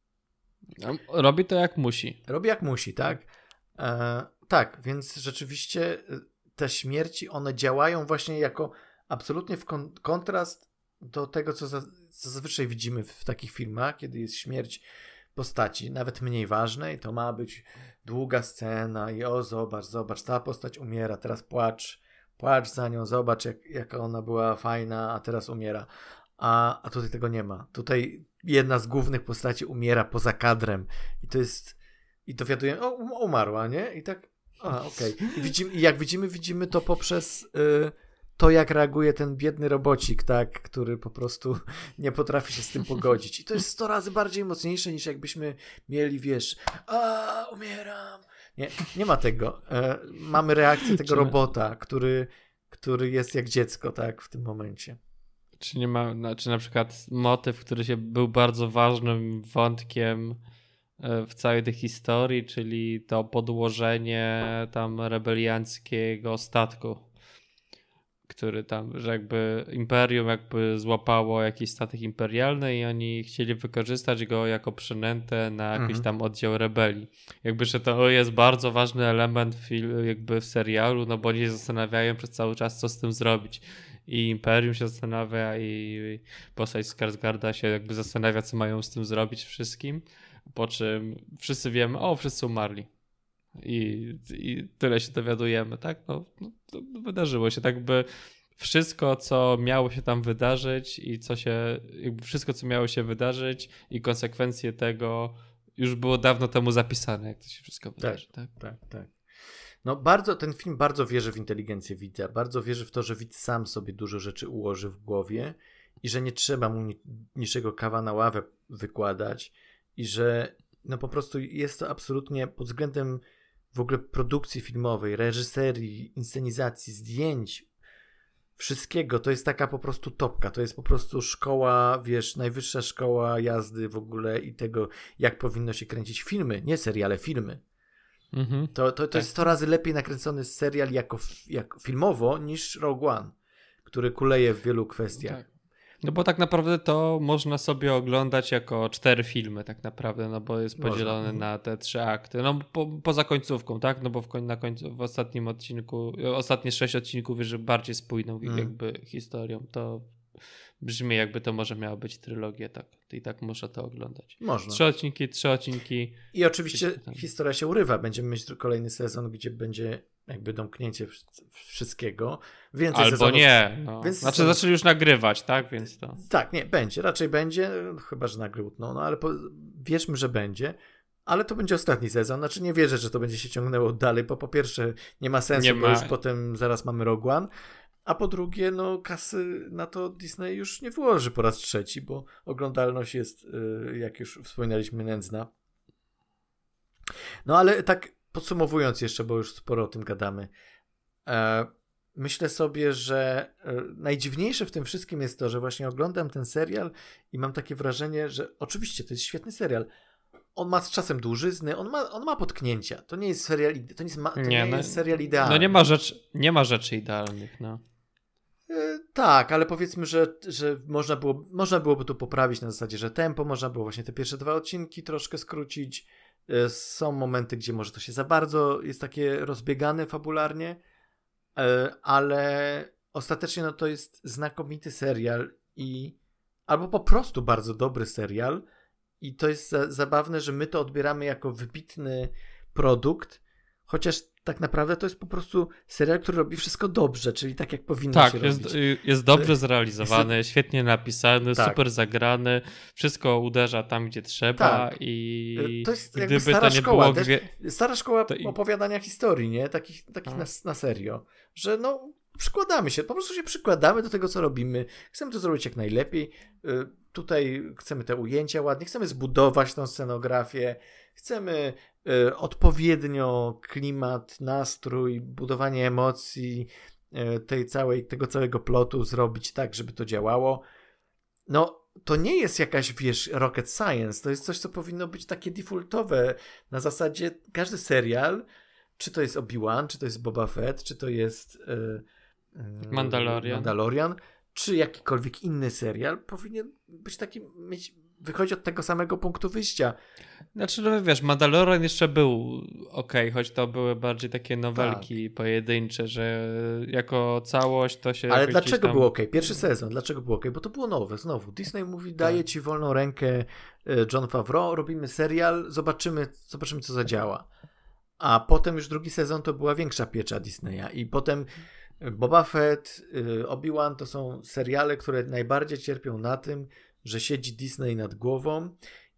Robi to jak musi. Robi jak musi, tak? Tak, więc rzeczywiście te śmierci, one działają właśnie jako absolutnie w kontrast do tego, co zazwyczaj widzimy w takich filmach, kiedy jest śmierć postaci, nawet mniej ważnej, to ma być długa scena i zobacz, ta postać umiera, teraz płacz za nią, zobacz jaka ona była fajna, a teraz umiera. A tutaj tego nie ma. Tutaj jedna z głównych postaci umiera poza kadrem i to jest... I dowiadujemy, umarła, nie? I tak, okej. I jak widzimy to poprzez to, jak reaguje ten biedny robocik, tak? Który po prostu nie potrafi się z tym pogodzić. I to jest 100 razy bardziej mocniejsze, niż jakbyśmy mieli, wiesz, umieram. Nie ma tego. Mamy reakcję tego robota, który jest jak dziecko, tak? W tym momencie. Czy na przykład motyw, który był bardzo ważnym wątkiem w całej tej historii, czyli to podłożenie tam rebelianckiego statku, który tam, że jakby Imperium jakby złapało jakiś statek imperialny i oni chcieli wykorzystać go jako przynętę na jakiś tam oddział rebelii. Jakby, że to jest bardzo ważny element jakby w serialu, no bo oni się zastanawiają przez cały czas, co z tym zrobić. I Imperium się zastanawia i postać Skarsgarda się jakby zastanawia, co mają z tym zrobić wszystkim. Po czym wszyscy wiemy, wszyscy umarli. I tyle się dowiadujemy, tak? No, to wydarzyło się. Tak by wszystko, co miało się tam wydarzyć wszystko, co miało się wydarzyć i konsekwencje tego już było dawno temu zapisane, jak to się wszystko wydarzy. Tak. No ten film bardzo wierzy w inteligencję widza, bardzo wierzy w to, że widz sam sobie dużo rzeczy ułoży w głowie i że nie trzeba mu niczego kawa na ławę wykładać i że no po prostu jest to absolutnie pod względem w ogóle produkcji filmowej, reżyserii, inscenizacji, zdjęć, wszystkiego, to jest taka po prostu topka, to jest po prostu szkoła, wiesz, najwyższa szkoła jazdy w ogóle i tego, jak powinno się kręcić filmy, nie seriale, filmy. To tak. Jest 100 razy lepiej nakręcony serial jak filmowo niż Rogue One, który kuleje w wielu kwestiach. Tak. No bo tak naprawdę to można sobie oglądać jako 4 filmy tak naprawdę, no bo jest podzielony na te 3 akty. No poza końcówką, tak? No bo w ostatnim odcinku, ostatnie 6 odcinków jest bardziej spójną jakby historią. To brzmi jakby to może miała być trylogia, tak? I tak można to oglądać. Można. 3 odcinki. I oczywiście historia się urywa. Będziemy mieć kolejny sezon, gdzie będzie jakby domknięcie wszystkiego. Więcej albo sezonów, nie. No. Znaczy zaczęli już nagrywać, tak? Więc to... Tak, nie, będzie. Raczej będzie, chyba że nagle utną, no ale wierzmy, że będzie. Ale to będzie ostatni sezon. Znaczy nie wierzę, że to będzie się ciągnęło dalej, bo po pierwsze nie ma sensu, bo już potem zaraz mamy Rogue One. A po drugie, no kasy na to Disney już nie włoży po raz trzeci, bo oglądalność jest, jak już wspominaliśmy, nędzna. No ale tak podsumowując jeszcze, bo już sporo o tym gadamy, myślę sobie, że najdziwniejsze w tym wszystkim jest to, że właśnie oglądam ten serial i mam takie wrażenie, że oczywiście to jest świetny serial. On ma z czasem dłużyzny, on ma potknięcia. To nie jest serial, jest serial idealny. No nie ma rzeczy idealnych, no. Tak, ale powiedzmy, że można byłoby tu poprawić na zasadzie, że tempo, można było właśnie te pierwsze 2 odcinki troszkę skrócić. Są momenty, gdzie może to się za bardzo jest takie rozbiegane fabularnie, ale ostatecznie no to jest znakomity serial albo po prostu bardzo dobry serial i to jest zabawne, że my to odbieramy jako wybitny produkt, chociaż tak naprawdę to jest po prostu serial, który robi wszystko dobrze, czyli tak jak powinno się robić. Jest dobrze zrealizowany, świetnie napisany, super zagrany, wszystko uderza tam, gdzie trzeba i to jest gdyby stara to nie szkoła, było... Stara szkoła opowiadania historii, nie? Takich na serio, że no przykładamy się, po prostu się przykładamy do tego, co robimy. Chcemy to zrobić jak najlepiej. Tutaj chcemy te ujęcia ładnie, chcemy zbudować tą scenografię, chcemy odpowiednio klimat, nastrój, budowanie emocji tego całego plotu zrobić tak, żeby to działało. No, to nie jest jakaś, wiesz, rocket science, to jest coś, co powinno być takie defaultowe. Na zasadzie każdy serial, czy to jest Obi-Wan, czy to jest Boba Fett, czy to jest Mandalorian, czy jakikolwiek inny serial, powinien być taki, wychodzi od tego samego punktu wyjścia. Znaczy, no wiesz, Mandalorian jeszcze był okej, choć to były bardziej takie nowelki pojedyncze, że jako całość to się... Ale dlaczego było okej? Pierwszy sezon, dlaczego było okej? Bo to było nowe, znowu. Disney mówi, daje ci wolną rękę Jon Favreau, robimy serial, zobaczymy co zadziała. A potem już drugi sezon to była większa piecza Disneya i potem Boba Fett, Obi-Wan to są seriale, które najbardziej cierpią na tym, że siedzi Disney nad głową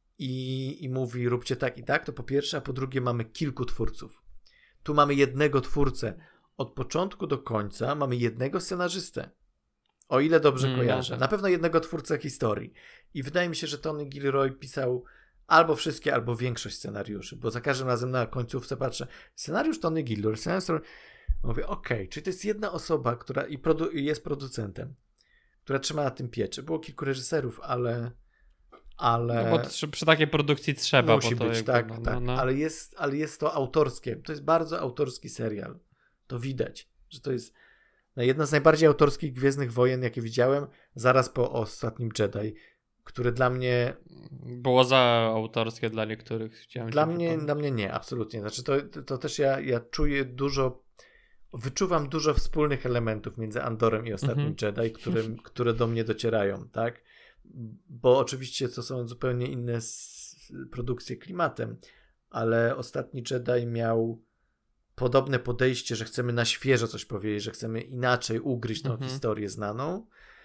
i mówi róbcie tak i tak, to po pierwsze, a po drugie mamy kilku twórców. Tu mamy jednego twórcę. Od początku do końca mamy jednego scenarzystę. O ile dobrze kojarzę. Na pewno jednego twórcę historii. I wydaje mi się, że Tony Gilroy pisał albo wszystkie, albo większość scenariuszy, bo za każdym razem na końcówce patrzę, scenariusz Tony Gilroy, mówię, czyli to jest jedna osoba, która jest producentem, która trzyma na tym pieczę. Było kilku reżyserów, ale... No bo przy takiej produkcji trzeba. Musi bo to być, jakby, tak. No. Ale jest to autorskie. To jest bardzo autorski serial. To widać, że to jest jedna z najbardziej autorskich Gwiezdnych Wojen, jakie widziałem, zaraz po Ostatnim Jedi, który dla mnie... Było za autorskie dla niektórych. Dla mnie nie, absolutnie. Znaczy to też ja czuję wyczuwam dużo wspólnych elementów między Andorem i Ostatnim Jedi, które do mnie docierają, tak? Bo oczywiście to są zupełnie inne produkcje klimatem, ale Ostatni Jedi miał podobne podejście, że chcemy na świeżo coś powiedzieć, że chcemy inaczej ugryźć tą historię znaną,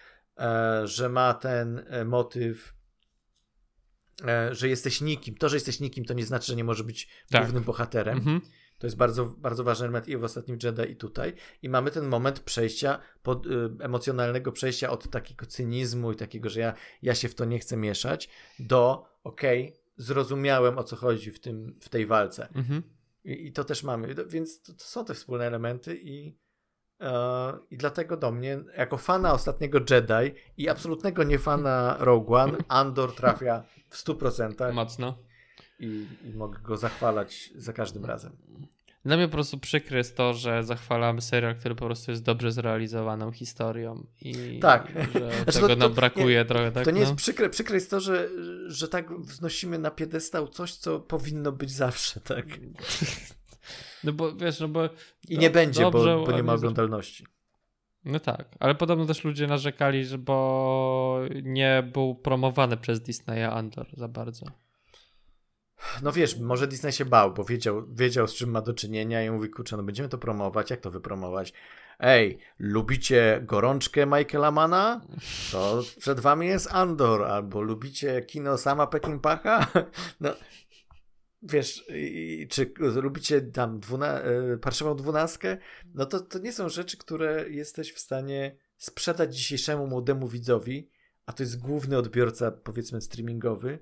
że ma ten motyw, że jesteś nikim. To, że jesteś nikim, to nie znaczy, że nie może być głównym bohaterem. To jest bardzo, bardzo ważny element i w Ostatnim Jedi, i tutaj. I mamy ten moment przejścia, emocjonalnego przejścia od takiego cynizmu i takiego, że ja się w to nie chcę mieszać, do zrozumiałem, o co chodzi w tej walce. I to też mamy. Więc to są te wspólne elementy i dlatego do mnie, jako fana Ostatniego Jedi i absolutnego niefana Rogue One, Andor trafia w 100%. Mocno. I mogę go zachwalać za każdym razem. Dla mnie po prostu przykre jest to, że zachwalamy serial, który po prostu jest dobrze zrealizowaną historią i tak. że tego nam brakuje trochę. Tak, to nie jest przykre. Przykre jest to, że tak wznosimy na piedestał coś, co powinno być zawsze, tak? No bo wiesz, I nie będzie, bo nie ma oglądalności. No tak, ale podobno też ludzie narzekali, bo nie był promowany przez Disneya Andor za bardzo. No wiesz, może Disney się bał, bo wiedział z czym ma do czynienia i mówi, kurczę, no będziemy to promować, jak to wypromować? Ej, lubicie gorączkę Michaela Manna? To przed wami jest Andor, albo lubicie kino Sama Peckinpaha? No, wiesz, czy lubicie tam Parszywą 12? No to nie są rzeczy, które jesteś w stanie sprzedać dzisiejszemu młodemu widzowi, a to jest główny odbiorca, powiedzmy, streamingowy,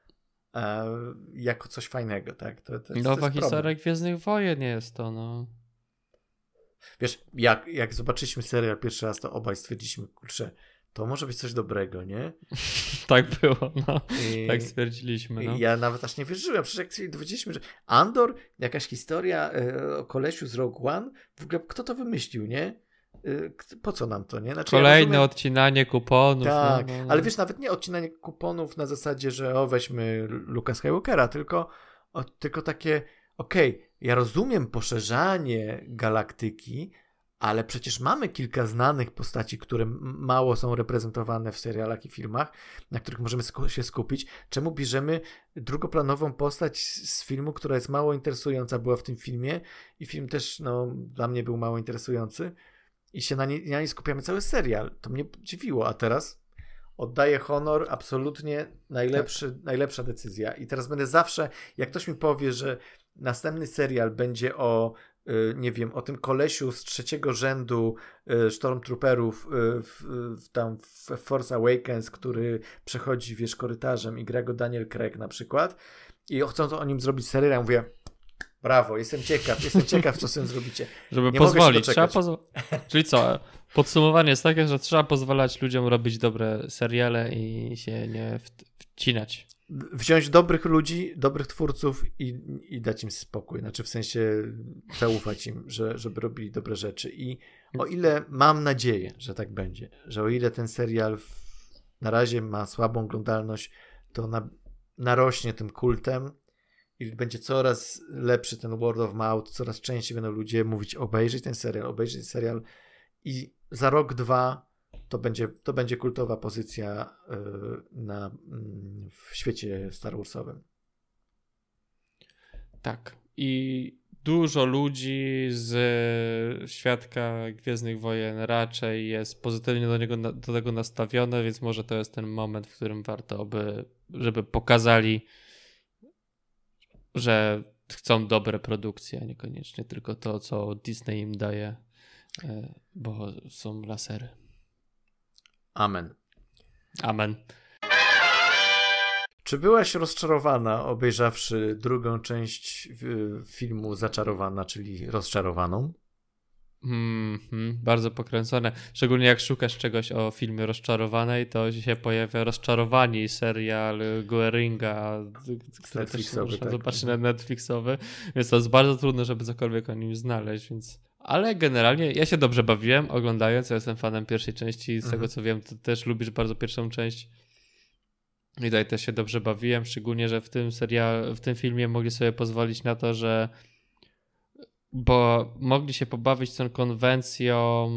jako coś fajnego, tak? To nowa historia Gwiezdnych Wojen jest to, no. Wiesz, jak zobaczyliśmy serial pierwszy raz, to obaj stwierdziliśmy, kurczę, to może być coś dobrego, nie? Tak było, no. Tak stwierdziliśmy, no. Ja nawet aż nie wierzyłem, przecież jak sobie dowiedzieliśmy, że Andor, jakaś historia o kolesiu z Rogue One, w ogóle kto to wymyślił, nie? Po co nam to, nie? Znaczy, kolejne odcinanie kuponów. Tak, ale wiesz, nawet nie odcinanie kuponów na zasadzie, że weźmy Luke'a Skywalkera, tylko takie, ja rozumiem poszerzanie galaktyki, ale przecież mamy kilka znanych postaci, które mało są reprezentowane w serialach i filmach, na których możemy się skupić. Czemu bierzemy drugoplanową postać z filmu, która jest mało interesująca, była w tym filmie i film też, dla mnie był mało interesujący i się na niej skupiamy cały serial. To mnie dziwiło, a teraz oddaję honor, absolutnie najlepsza decyzja. I teraz będę zawsze, jak ktoś mi powie, że następny serial będzie o tym kolesiu z 3. rzędu Stormtrooperów w Force Awakens, który przechodzi, wiesz, korytarzem i gra go Daniel Craig na przykład i chcą to o nim zrobić serial, ja mówię, brawo, jestem ciekaw, co z tym zrobicie. Żeby pozwolić, Czyli co, podsumowanie jest takie, że trzeba pozwalać ludziom robić dobre seriale i się nie wcinać. Wziąć dobrych ludzi, dobrych twórców i dać im spokój. Znaczy w sensie zaufać im, żeby robili dobre rzeczy. I o ile mam nadzieję, że tak będzie, że o ile ten serial na razie ma słabą oglądalność, to narośnie tym kultem i będzie coraz lepszy ten word of mouth, coraz częściej będą ludzie mówić obejrzyj ten serial i za rok, 2 to będzie kultowa pozycja w świecie Star Warsowym. Tak. I dużo ludzi z świadka Gwiezdnych Wojen raczej jest pozytywnie do tego nastawione, więc może to jest ten moment, w którym warto żeby pokazali, że chcą dobre produkcje, a niekoniecznie tylko to, co Disney im daje, bo są lasery. Amen. Amen. Czy byłaś rozczarowana, obejrzawszy drugą część filmu Zaczarowana, czyli Rozczarowaną? Bardzo pokręcone. Szczególnie jak szukasz czegoś o filmie Rozczarowanej, to się pojawia Rozczarowani, serial Goeringa, który też można zobaczyć na Netflixowy, więc to jest bardzo trudno, żeby cokolwiek o nim znaleźć, więc... Ale generalnie ja się dobrze bawiłem oglądając, ja jestem fanem pierwszej części, z tego co wiem, ty też lubisz bardzo pierwszą część i tutaj też się dobrze bawiłem, szczególnie, że w tym filmie mogli sobie pozwolić na to, bo mogli się pobawić tą konwencją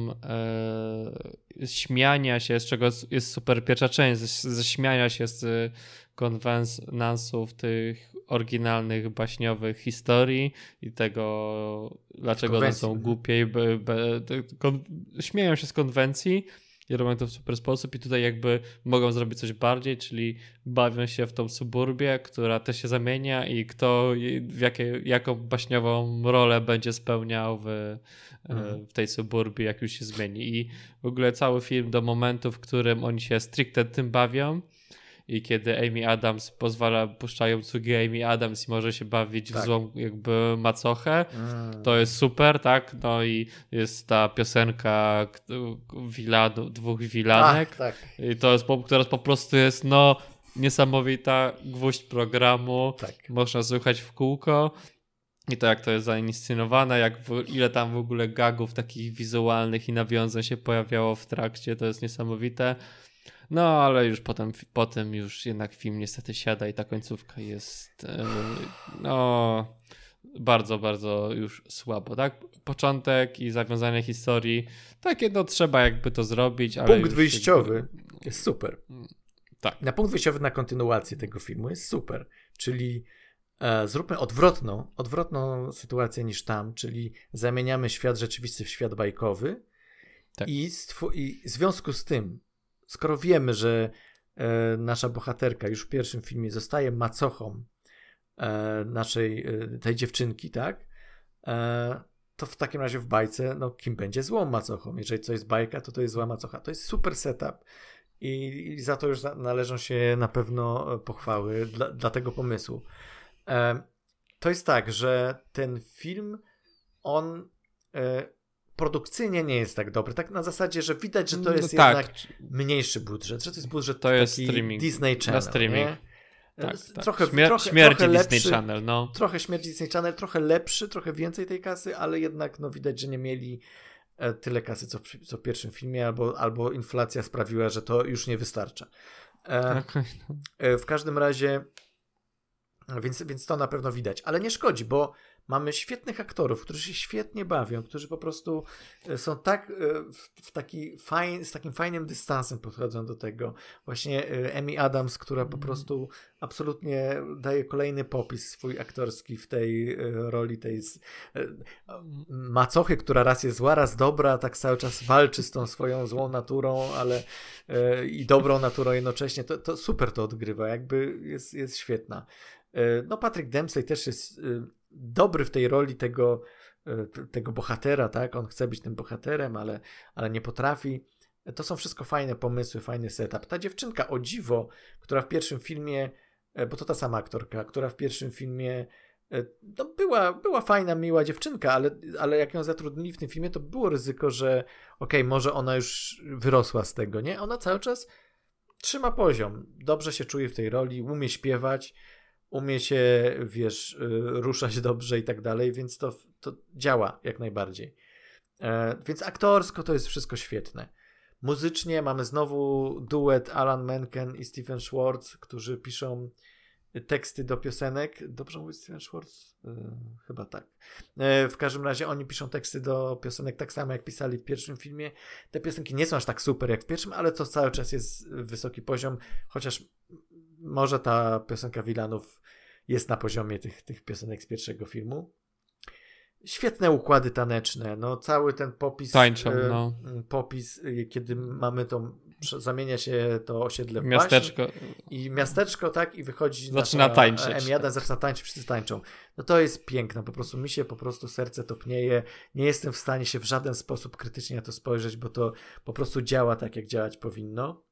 śmiania się, z czego jest super pierwsza część, ze śmiania się z konwenansów tych oryginalnych, baśniowych historii i tego, dlaczego one są głupie i śmieją się z konwencji, i robią to w super sposób i tutaj jakby mogą zrobić coś bardziej, czyli bawią się w tą suburbię, która też się zamienia i kto jaką baśniową rolę będzie spełniał w tej suburbii, jak już się zmieni. I w ogóle cały film do momentu, w którym oni się stricte tym bawią i kiedy Amy Adams puszczają cugi Amy Adams i może się bawić w złą jakby macochę, to jest super, tak? No i jest ta piosenka dwóch wilanek i to jest, która po prostu jest niesamowita gwóźdź programu, można słuchać w kółko. I to jak to jest zainscenowane, ile tam w ogóle gagów takich wizualnych i nawiązań się pojawiało w trakcie, to jest niesamowite. No, ale już potem już jednak film niestety siada i ta końcówka jest bardzo, bardzo już słabo, tak? Początek i zawiązanie historii, takie trzeba jakby to zrobić, ale punkt wyjściowy jest super. Tak. Na punkt wyjściowy na kontynuację tego filmu jest super, czyli zróbmy odwrotną sytuację niż tam, czyli zamieniamy świat rzeczywisty w świat bajkowy i w związku z tym, skoro wiemy, że nasza bohaterka już w pierwszym filmie zostaje macochą tej dziewczynki, tak? To w takim razie w bajce, kim będzie złą macochą? Jeżeli to jest bajka, to jest zła macocha. To jest super setup i za to już należą się na pewno pochwały dla tego pomysłu. To jest tak, że ten film, on produkcyjnie nie jest tak dobry. Tak na zasadzie, że widać, że to jest jednak mniejszy budżet, że to jest budżet to jest taki streaming, Disney Channel. Na streaming. Nie? Tak. Trochę Disney lepszy, Channel, Trochę śmierci Disney Channel, trochę lepszy, trochę więcej tej kasy, ale jednak widać, że nie mieli tyle kasy, co w pierwszym filmie, albo inflacja sprawiła, że to już nie wystarcza. W każdym razie więc to na pewno widać, ale nie szkodzi, bo mamy świetnych aktorów, którzy się świetnie bawią, którzy po prostu są tak z takim fajnym dystansem podchodzą do tego. Właśnie Amy Adams, która po prostu absolutnie daje kolejny popis swój aktorski w tej roli tej macochy, która raz jest zła, raz dobra, tak cały czas walczy z tą swoją złą naturą, ale i dobrą naturą jednocześnie. To super to odgrywa, jakby jest świetna. Patrick Dempsey też jest dobry w tej roli tego bohatera, tak? On chce być tym bohaterem, ale nie potrafi. To są wszystko fajne pomysły, fajny setup. Ta dziewczynka, o dziwo, która w pierwszym filmie, bo to ta sama aktorka, która w pierwszym filmie była fajna, miła dziewczynka, ale jak ją zatrudnili w tym filmie, to było ryzyko, że może ona już wyrosła z tego, nie? Ona cały czas trzyma poziom, dobrze się czuje w tej roli, umie śpiewać, umie się, ruszać dobrze i tak dalej, więc to działa jak najbardziej. Więc aktorsko to jest wszystko świetne. Muzycznie mamy znowu duet Alan Menken i Stephen Schwartz, którzy piszą teksty do piosenek. Dobrze mówię Stephen Schwartz? Chyba tak. W każdym razie oni piszą teksty do piosenek tak samo jak pisali w pierwszym filmie. Te piosenki nie są aż tak super jak w pierwszym, ale to cały czas jest wysoki poziom, chociaż może ta piosenka Wilanów jest na poziomie tych piosenek z pierwszego filmu. Świetne układy taneczne, cały ten popis. Tańczą, popis, kiedy mamy zamienia się to osiedle w miasteczko. Baśń i miasteczko, tak, i wychodzi zaczyna tańczyć. Emiada zaczyna tańczyć, wszyscy tańczą. To jest piękne, po prostu mi się serce topnieje. Nie jestem w stanie się w żaden sposób krytycznie na to spojrzeć, bo to po prostu działa tak, jak działać powinno.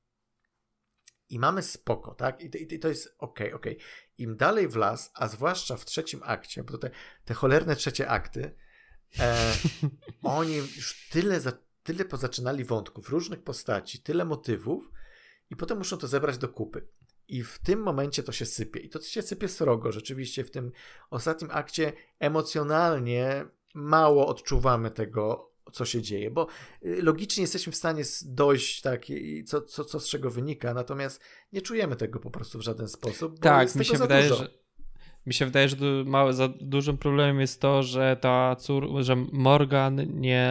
I mamy spoko, tak? I to jest okej. Im dalej w las, a zwłaszcza w trzecim akcie, bo te cholerne trzecie akty, oni już tyle pozaczynali wątków, różnych postaci, tyle motywów i potem muszą to zebrać do kupy. I w tym momencie to się sypie. I to się sypie srogo. Rzeczywiście w tym ostatnim akcie emocjonalnie mało odczuwamy tego, co się dzieje, bo logicznie jesteśmy w stanie dojść co z czego wynika, natomiast nie czujemy tego po prostu w żaden sposób, bo tak, jest tego za dużo. Mi się wydaje, że za dużym problemem jest to, że że Morgan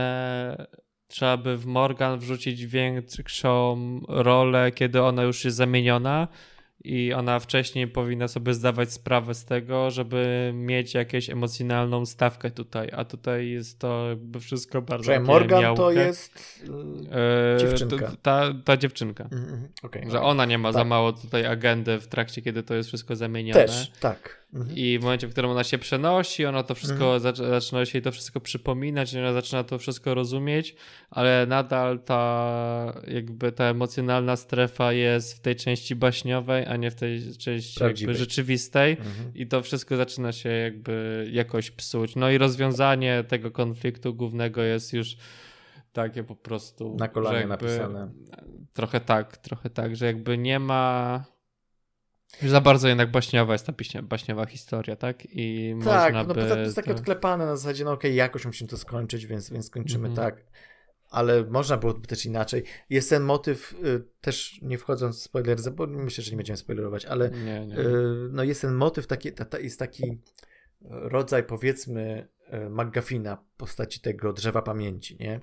trzeba by w Morgan wrzucić większą rolę, kiedy ona już jest zamieniona i ona wcześniej powinna sobie zdawać sprawę z tego, żeby mieć jakąś emocjonalną stawkę tutaj, a tutaj jest to jakby wszystko bardzo takie Morgan miałkie. to jest dziewczynka. Ta dziewczynka. Okay, że ona nie ma za mało tutaj agendy w trakcie, kiedy to jest wszystko zamienione. Też, tak. I w momencie, w którym ona się przenosi, ona to wszystko zaczyna się jej to wszystko przypominać, ona zaczyna to wszystko rozumieć, ale nadal ta emocjonalna strefa jest w tej części baśniowej, a nie w tej części jakby rzeczywistej i to wszystko zaczyna się jakby jakoś psuć. No i rozwiązanie tego konfliktu głównego jest już takie po prostu na kolanie napisane. Trochę tak, że jakby nie ma... Za bardzo jednak baśniowa jest ta baśniowa historia, tak? I tak, można to jest takie odklepane na zasadzie, no okej, jakoś musimy to skończyć, więc skończymy tak. Ale można byłoby też inaczej. Jest ten motyw, też nie wchodząc w spoiler, bo myślę, że nie będziemy spoilerować, ale nie. No jest ten motyw, jest taki rodzaj, powiedzmy, McGuffina w postaci tego drzewa pamięci, nie?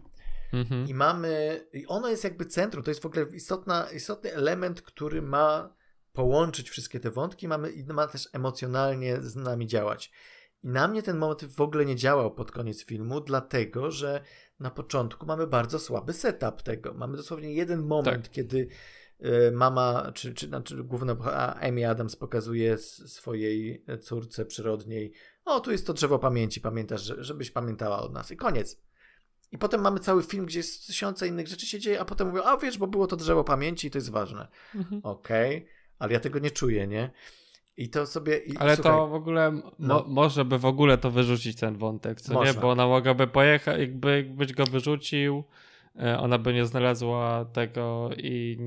I ono jest jakby centrum, to jest w ogóle istotny element, który ma połączyć wszystkie te wątki, ma też emocjonalnie z nami działać. I na mnie ten motyw w ogóle nie działał pod koniec filmu, dlatego, że na początku mamy bardzo słaby setup tego. Mamy dosłownie jeden moment, kiedy mama, czy główna Amy Adams pokazuje swojej córce przyrodniej, tu jest to drzewo pamięci, pamiętasz, żebyś pamiętała od nas. I koniec. I potem mamy cały film, gdzie jest tysiące innych rzeczy się dzieje, a potem mówią, wiesz, bo było to drzewo pamięci i to jest ważne. Okej. Ale ja tego nie czuję, nie? I to sobie... Ale słuchaj, to w ogóle... Może by w ogóle to wyrzucić ten wątek, co nie? Bo ona mogłaby pojechać, jakbyś go wyrzucił, ona by nie znalazła tego i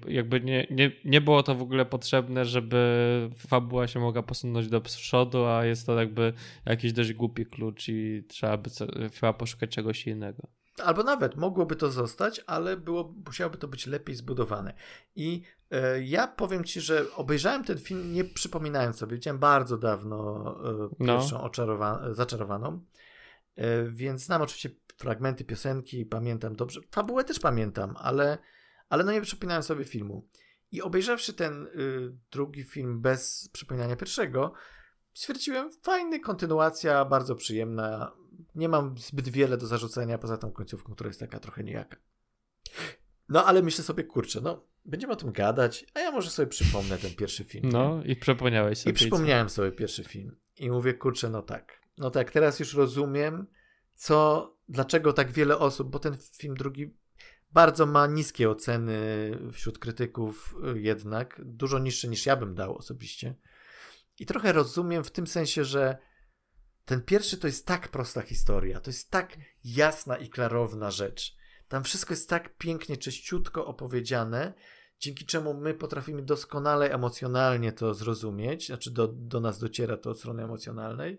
nie było to w ogóle potrzebne, żeby fabuła się mogła posunąć do przodu, a jest to jakby jakiś dość głupi klucz i trzeba by chyba poszukać czegoś innego. Albo nawet mogłoby to zostać, ale musiałoby to być lepiej zbudowane. I ja powiem ci, że obejrzałem ten film nie przypominając sobie. Widziałem bardzo dawno pierwszą Zaczarowaną, więc znam oczywiście fragmenty piosenki, pamiętam dobrze. Fabułę też pamiętam, ale nie przypominałem sobie filmu. I obejrzawszy ten drugi film bez przypominania pierwszego, stwierdziłem, fajny, kontynuacja, bardzo przyjemna. Nie mam zbyt wiele do zarzucenia poza tą końcówką, która jest taka trochę nijaka. No, ale myślę sobie, kurczę, będziemy o tym gadać, a ja może sobie przypomnę ten pierwszy film. I przypomniałeś sobie. I przypomniałem sobie pierwszy film. I mówię, kurczę, no tak, teraz już rozumiem, dlaczego tak wiele osób, bo ten film drugi bardzo ma niskie oceny wśród krytyków jednak, dużo niższe niż ja bym dał osobiście. I trochę rozumiem w tym sensie, że ten pierwszy to jest tak prosta historia, to jest tak jasna i klarowna rzecz. Tam wszystko jest tak pięknie, czyściutko opowiedziane, dzięki czemu my potrafimy doskonale emocjonalnie to zrozumieć, znaczy do nas dociera to od strony emocjonalnej.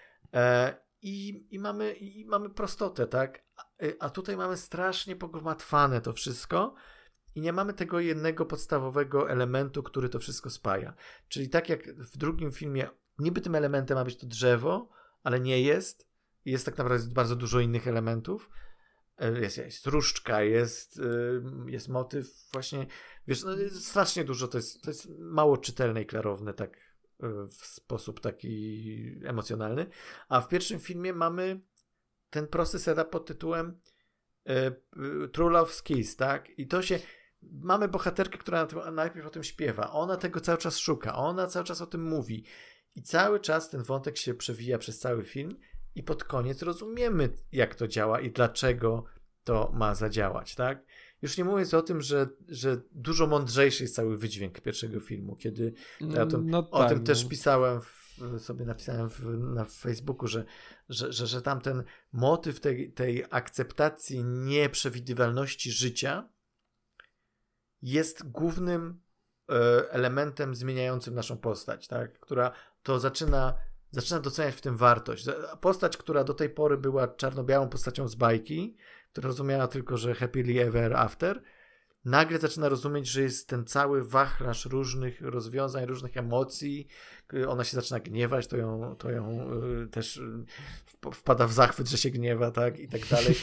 I mamy prostotę, tak? A tutaj mamy strasznie pogmatwane to wszystko i nie mamy tego jednego podstawowego elementu, który to wszystko spaja. Czyli tak jak w drugim filmie, niby tym elementem ma być to drzewo, ale nie jest. Jest tak naprawdę bardzo dużo innych elementów. Jest różdżka, jest motyw właśnie, wiesz, strasznie dużo, to jest mało czytelne i klarowne tak w sposób taki emocjonalny. A w pierwszym filmie mamy ten prosty setup pod tytułem True Love's Kiss, tak? I to się... Mamy bohaterkę, która najpierw o tym śpiewa. Ona tego cały czas szuka. Ona cały czas o tym mówi. I cały czas ten wątek się przewija przez cały film i pod koniec rozumiemy, jak to działa i dlaczego to ma zadziałać, tak? Już nie mówiąc o tym, że dużo mądrzejszy jest cały wydźwięk pierwszego filmu, kiedy ja o tym też pisałem, sobie napisałem na Facebooku, że tamten motyw tej akceptacji nieprzewidywalności życia jest głównym elementem zmieniającym naszą postać, tak? Która to zaczyna doceniać w tym wartość. Postać, która do tej pory była czarno-białą postacią z bajki, która rozumiała tylko, że happily ever after, nagle zaczyna rozumieć, że jest ten cały wachlarz różnych rozwiązań, różnych emocji. Ona się zaczyna gniewać, to ją też wpada w zachwyt, że się gniewa, tak? I tak dalej.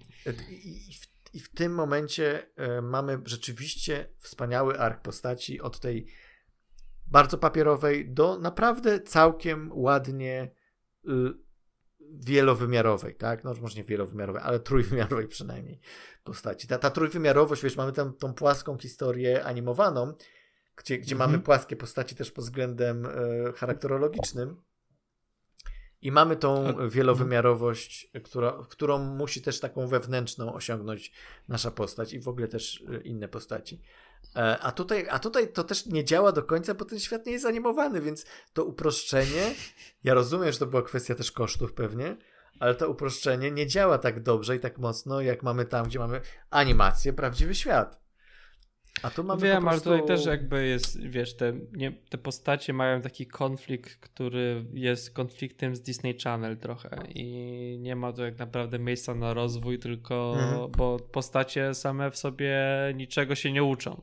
I w tym momencie mamy rzeczywiście wspaniały ark postaci od tej bardzo papierowej do naprawdę całkiem ładnie wielowymiarowej, tak? No może nie wielowymiarowej, ale trójwymiarowej przynajmniej postaci. Ta trójwymiarowość, wiesz, mamy tam tą płaską historię animowaną, gdzie mamy płaskie postaci też pod względem charakterologicznym i mamy tą wielowymiarowość, którą musi też taką wewnętrzną osiągnąć nasza postać i w ogóle też inne postaci. A tutaj to też nie działa do końca, bo ten świat nie jest animowany, więc to uproszczenie, ja rozumiem, że to była kwestia też kosztów pewnie, ale to uproszczenie nie działa tak dobrze i tak mocno, jak mamy tam, gdzie mamy animację, prawdziwy świat. A tu mamy Wiem, po prostu... ale tutaj też jakby jest, wiesz, te postacie mają taki konflikt, który jest konfliktem z Disney Channel trochę i nie ma tu jak naprawdę miejsca na rozwój, tylko bo postacie same w sobie niczego się nie uczą.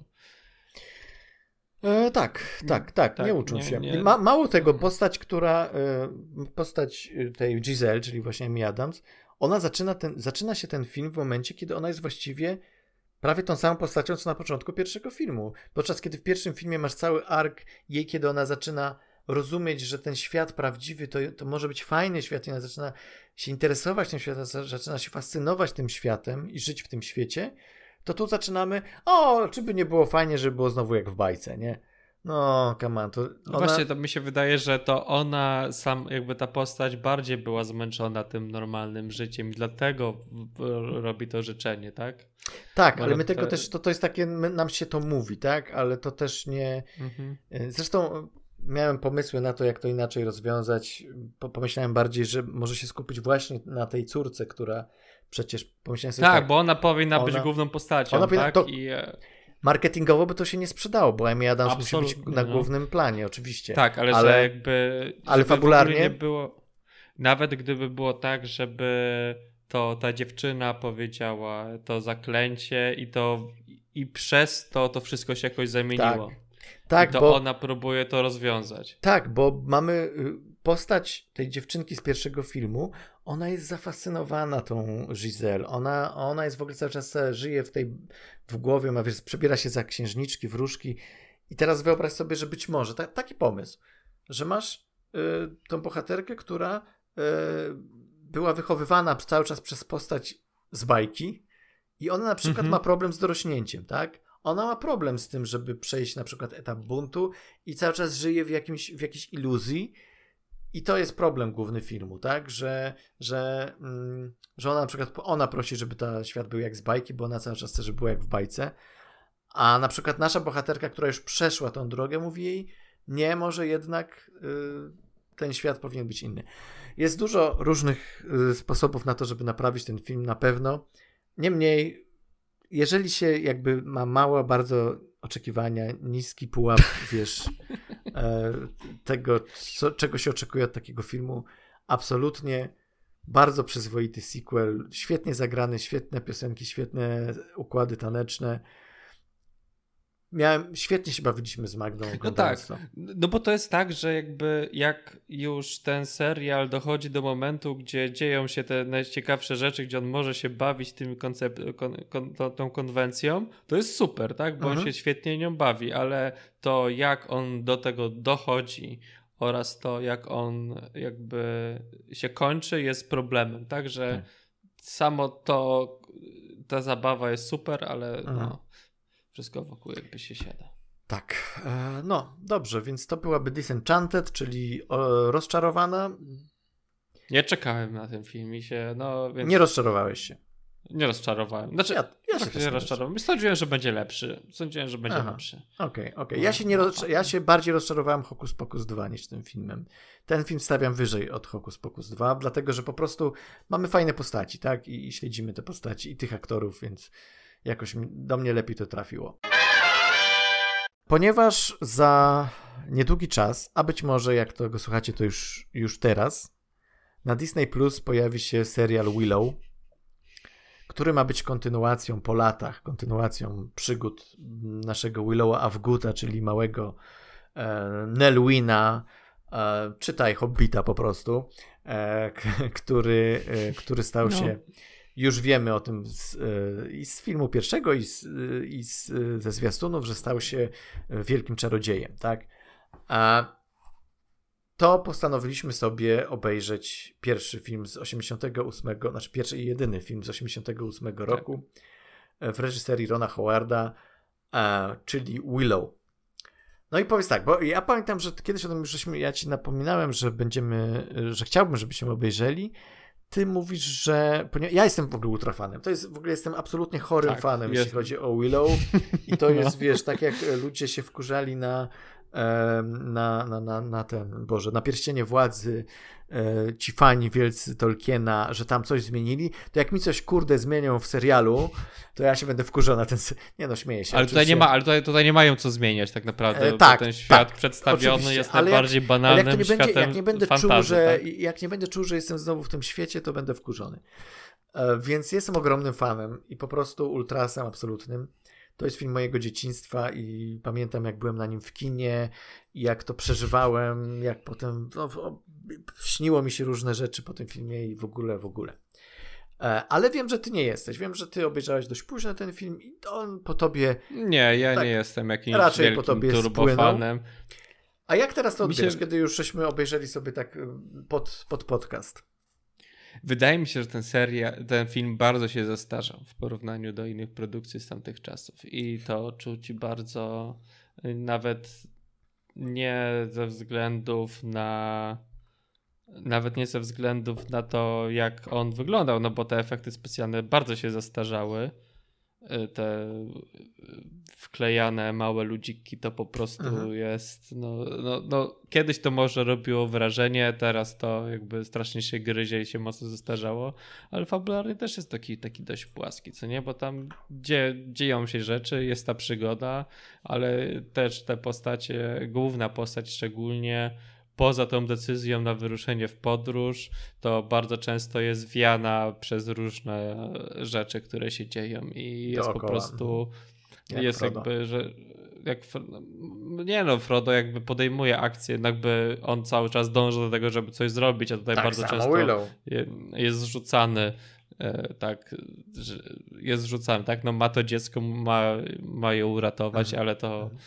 Tak, nie uczą się. Mało tego, postać tej Giselle, czyli właśnie Amy Adams, ona zaczyna się ten film w momencie, kiedy ona jest właściwie prawie tą samą postacią, co na początku pierwszego filmu. Podczas kiedy w pierwszym filmie masz cały ark jej, kiedy ona zaczyna rozumieć, że ten świat prawdziwy to może być fajny świat i ona zaczyna się interesować tym światem, zaczyna się fascynować tym światem i żyć w tym świecie, to tu zaczynamy, czy by nie było fajnie, żeby było znowu jak w bajce, nie? No, come on. Właśnie to mi się wydaje, że to ona jakby ta postać bardziej była zmęczona tym normalnym życiem i dlatego robi to życzenie, tak? Tak, ale my tego też, to jest takie, nam się to mówi, tak? Ale to też nie... Zresztą miałem pomysły na to, jak to inaczej rozwiązać. Pomyślałem bardziej, że może się skupić właśnie na tej córce, która przecież... Pomyślałem sobie, tak, bo ona powinna być główną postacią, tak? Marketingowo by to się nie sprzedało, bo Amy Adams musi być na głównym planie, oczywiście. Tak, ale że jakby... Ale fabularnie... Nie było, nawet gdyby było tak, żeby ta dziewczyna powiedziała to zaklęcie i przez to wszystko się jakoś zamieniło. Tak, bo ona próbuje to rozwiązać. Tak, bo mamy postać tej dziewczynki z pierwszego filmu, ona jest zafascynowana tą Giselle. Ona jest w ogóle cały czas żyje w głowie, przebiera się za księżniczki, wróżki. I teraz wyobraź sobie, że być może taki pomysł, że masz tą bohaterkę, która była wychowywana cały czas przez postać z bajki i ona na przykład ma problem z dorośnięciem, tak? Ona ma problem z tym, żeby przejść na przykład etap buntu i cały czas żyje w jakiejś iluzji i to jest problem główny filmu, tak? Że ona na przykład prosi, żeby ten świat był jak z bajki, bo ona cały czas chce, żeby było jak w bajce, a na przykład nasza bohaterka, która już przeszła tą drogę, mówi jej, nie, może jednak ten świat powinien być inny. Jest dużo różnych sposobów na to, żeby naprawić ten film, na pewno. Niemniej, jeżeli się jakby ma małe bardzo oczekiwania, niski pułap, wiesz, tego, czego się oczekuje od takiego filmu, absolutnie bardzo przyzwoity sequel, świetnie zagrany, świetne piosenki, świetne układy taneczne. Świetnie się bawiliśmy z Magdą. No tak, no bo to jest tak, że jakby jak już ten serial dochodzi do momentu, gdzie dzieją się te najciekawsze rzeczy, gdzie on może się bawić tym tą konwencją, to jest super, tak? Bo on się świetnie nią bawi, ale to jak on do tego dochodzi oraz to jak on jakby się kończy jest problemem, tak? Że samo ta zabawa jest super, ale wszystko wokół jakby się siada. Tak, no dobrze, więc to byłaby Disenchanted, czyli rozczarowana. Nie czekałem na ten film i się, więc... Nie rozczarowałeś się? Nie rozczarowałem. Znaczy, ja się nie rozczarowałem. Sądziłem, że będzie lepszy. Okej. Ja się bardziej rozczarowałem Hokus Pokus 2 niż tym filmem. Ten film stawiam wyżej od Hokus Pokus 2, dlatego, że po prostu mamy fajne postaci, tak? I śledzimy te postaci i tych aktorów, więc jakoś do mnie lepiej to trafiło. Ponieważ za niedługi czas, a być może jak to go słuchacie, to już teraz, na Disney Plus pojawi się serial Willow, który ma być kontynuacją po latach, kontynuacją przygód naszego Willowa Avguta, czyli małego Nelwina, czytaj Hobbita po prostu, który stał się, już wiemy o tym i z filmu pierwszego, ze zwiastunów, że stał się wielkim czarodziejem, tak? to postanowiliśmy sobie obejrzeć pierwszy film z 88, znaczy pierwszy i jedyny film z 88 roku w reżyserii Rona Howarda, czyli Willow. No i powiedz tak, bo ja pamiętam, że kiedyś o tym już ja ci napominałem, że chciałbym, żebyśmy obejrzeli. Ty mówisz, że... Ja jestem w ogóle ultrafanem. W ogóle jestem absolutnie chorym fanem, jeśli chodzi o Willow. I to jest, wiesz, tak jak ludzie się wkurzali na Pierścienie Władzy, ci fani wielcy Tolkiena, że tam coś zmienili, to jak mi coś zmienią w serialu, to ja się będę wkurzał na ten śmieję się. Ale tutaj nie mają co zmieniać tak naprawdę, bo ten świat przedstawiony jest najbardziej banalnym światem jak nie będę fantasy, jak nie będę czuł, że jestem znowu w tym świecie, to będę wkurzony. Więc jestem ogromnym fanem i po prostu ultrasem absolutnym. To jest film mojego dzieciństwa i pamiętam, jak byłem na nim w kinie i jak to przeżywałem, jak potem śniło mi się różne rzeczy po tym filmie i w ogóle. Ale wiem, że ty nie jesteś. Wiem, że ty obejrzałeś dość późno ten film i on po tobie... Nie, ja nie jestem jakimś raczej wielkim po tobie turbofanem. A jak teraz to odbierasz, kiedy już żeśmy obejrzeli sobie tak pod podcast? Wydaje mi się, że ten film bardzo się zestarzał w porównaniu do innych produkcji z tamtych czasów i to czuć bardzo, nawet nie ze względów na to, jak on wyglądał, no bo te efekty specjalne bardzo się zestarzały. Te wklejane małe ludziki to po prostu jest kiedyś to może robiło wrażenie, teraz to jakby strasznie się gryzie i się mocno zestarzało, ale fabularnie też jest taki dość płaski, co nie? Bo tam dzieją się rzeczy, jest ta przygoda, ale też te postacie, główna postać szczególnie, poza tą decyzją na wyruszenie w podróż, to bardzo często jest wiana przez różne rzeczy, które się dzieją i jest po prostu jest Frodo. Jakby, że Frodo jakby podejmuje akcję, jakby on cały czas dąży do tego, żeby coś zrobić, a tutaj bardzo często jest zrzucany jest zrzucany, tak? No ma to dziecko, ma je uratować, ale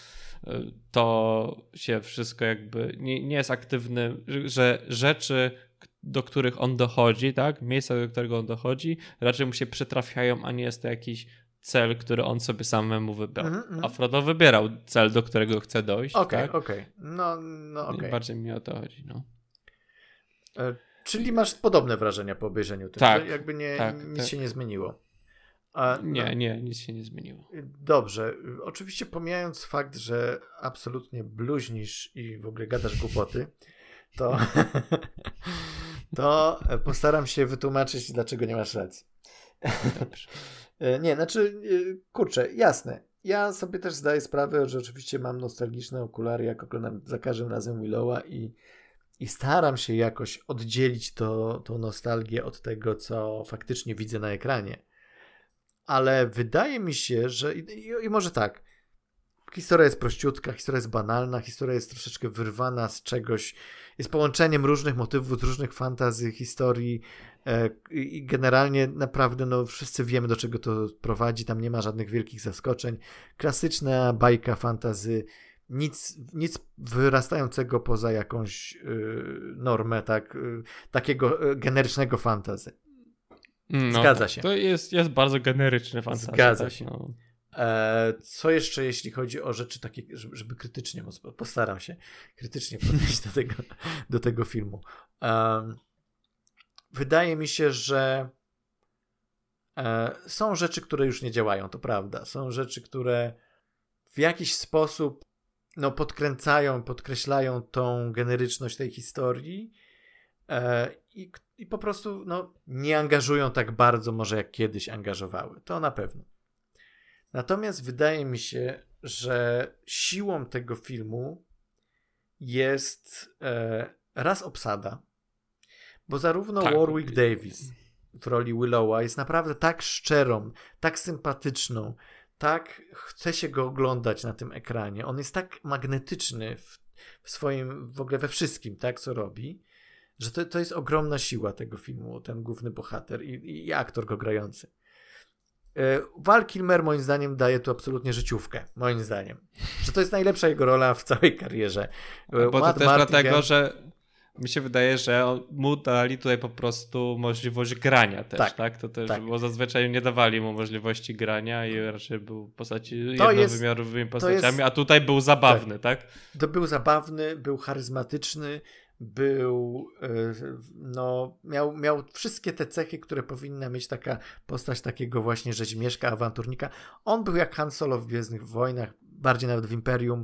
to się wszystko jakby nie jest aktywny, że rzeczy, do których on dochodzi, tak, miejsca, do którego on dochodzi, raczej mu się przytrafiają, a nie jest to jakiś cel, który on sobie samemu wybrał. A Frodo wybierał cel, do którego chce dojść. Okej. Bardziej mi o to chodzi, no. Czyli masz podobne wrażenia po obejrzeniu tego, tak, że jakby nic się nie zmieniło. Nie, nic się nie zmieniło. Dobrze. Oczywiście pomijając fakt, że absolutnie bluźnisz i w ogóle gadasz głupoty, to postaram się wytłumaczyć, dlaczego nie masz racji. Dobrze. Nie, znaczy, kurczę, jasne. Ja sobie też zdaję sprawę, że oczywiście mam nostalgiczne okulary, jak oglądam za każdym razem Willowa i staram się jakoś oddzielić tą nostalgię od tego, co faktycznie widzę na ekranie. Ale wydaje mi się, że i może tak, historia jest prościutka, historia jest banalna, historia jest troszeczkę wyrwana z czegoś, jest połączeniem różnych motywów, z różnych fantazji, historii i generalnie naprawdę wszyscy wiemy, do czego to prowadzi, tam nie ma żadnych wielkich zaskoczeń. Klasyczna bajka fantasy, nic wyrastającego poza jakąś normę, takiego generycznego fantasy. Zgadza się. To jest bardzo generyczny fantasy. Zgadza się. No. Co jeszcze, jeśli chodzi o rzeczy takie, żeby krytycznie, postaram się krytycznie podejść do tego filmu. Wydaje mi się, że są rzeczy, które już nie działają, to prawda. Są rzeczy, które w jakiś sposób podkreślają tą generyczność tej historii i po prostu nie angażują tak bardzo może jak kiedyś angażowały. To na pewno. Natomiast wydaje mi się, że siłą tego filmu jest raz obsada, bo zarówno Warwick Davis w roli Willowa jest naprawdę tak szczerą, tak sympatyczną, tak chce się go oglądać na tym ekranie. On jest tak magnetyczny w swoim, w ogóle we wszystkim, tak, co robi, że to jest ogromna siła tego filmu, ten główny bohater i aktor go grający. Val Kilmer moim zdaniem daje tu absolutnie życiówkę, moim zdaniem. Że to jest najlepsza jego rola w całej karierze. Bo to też dlatego, że mi się wydaje, że mu dali tutaj po prostu możliwość grania też, tak? To też, bo zazwyczaj nie dawali mu możliwości grania i raczej był w postaci jednowymiarowymi postaciami, a tutaj był zabawny, tak? To był zabawny, był charyzmatyczny, miał wszystkie te cechy, które powinna mieć taka postać takiego właśnie rzeźmieszka, awanturnika. On był jak Han Solo w Gwiezdnych Wojnach, bardziej nawet w Imperium,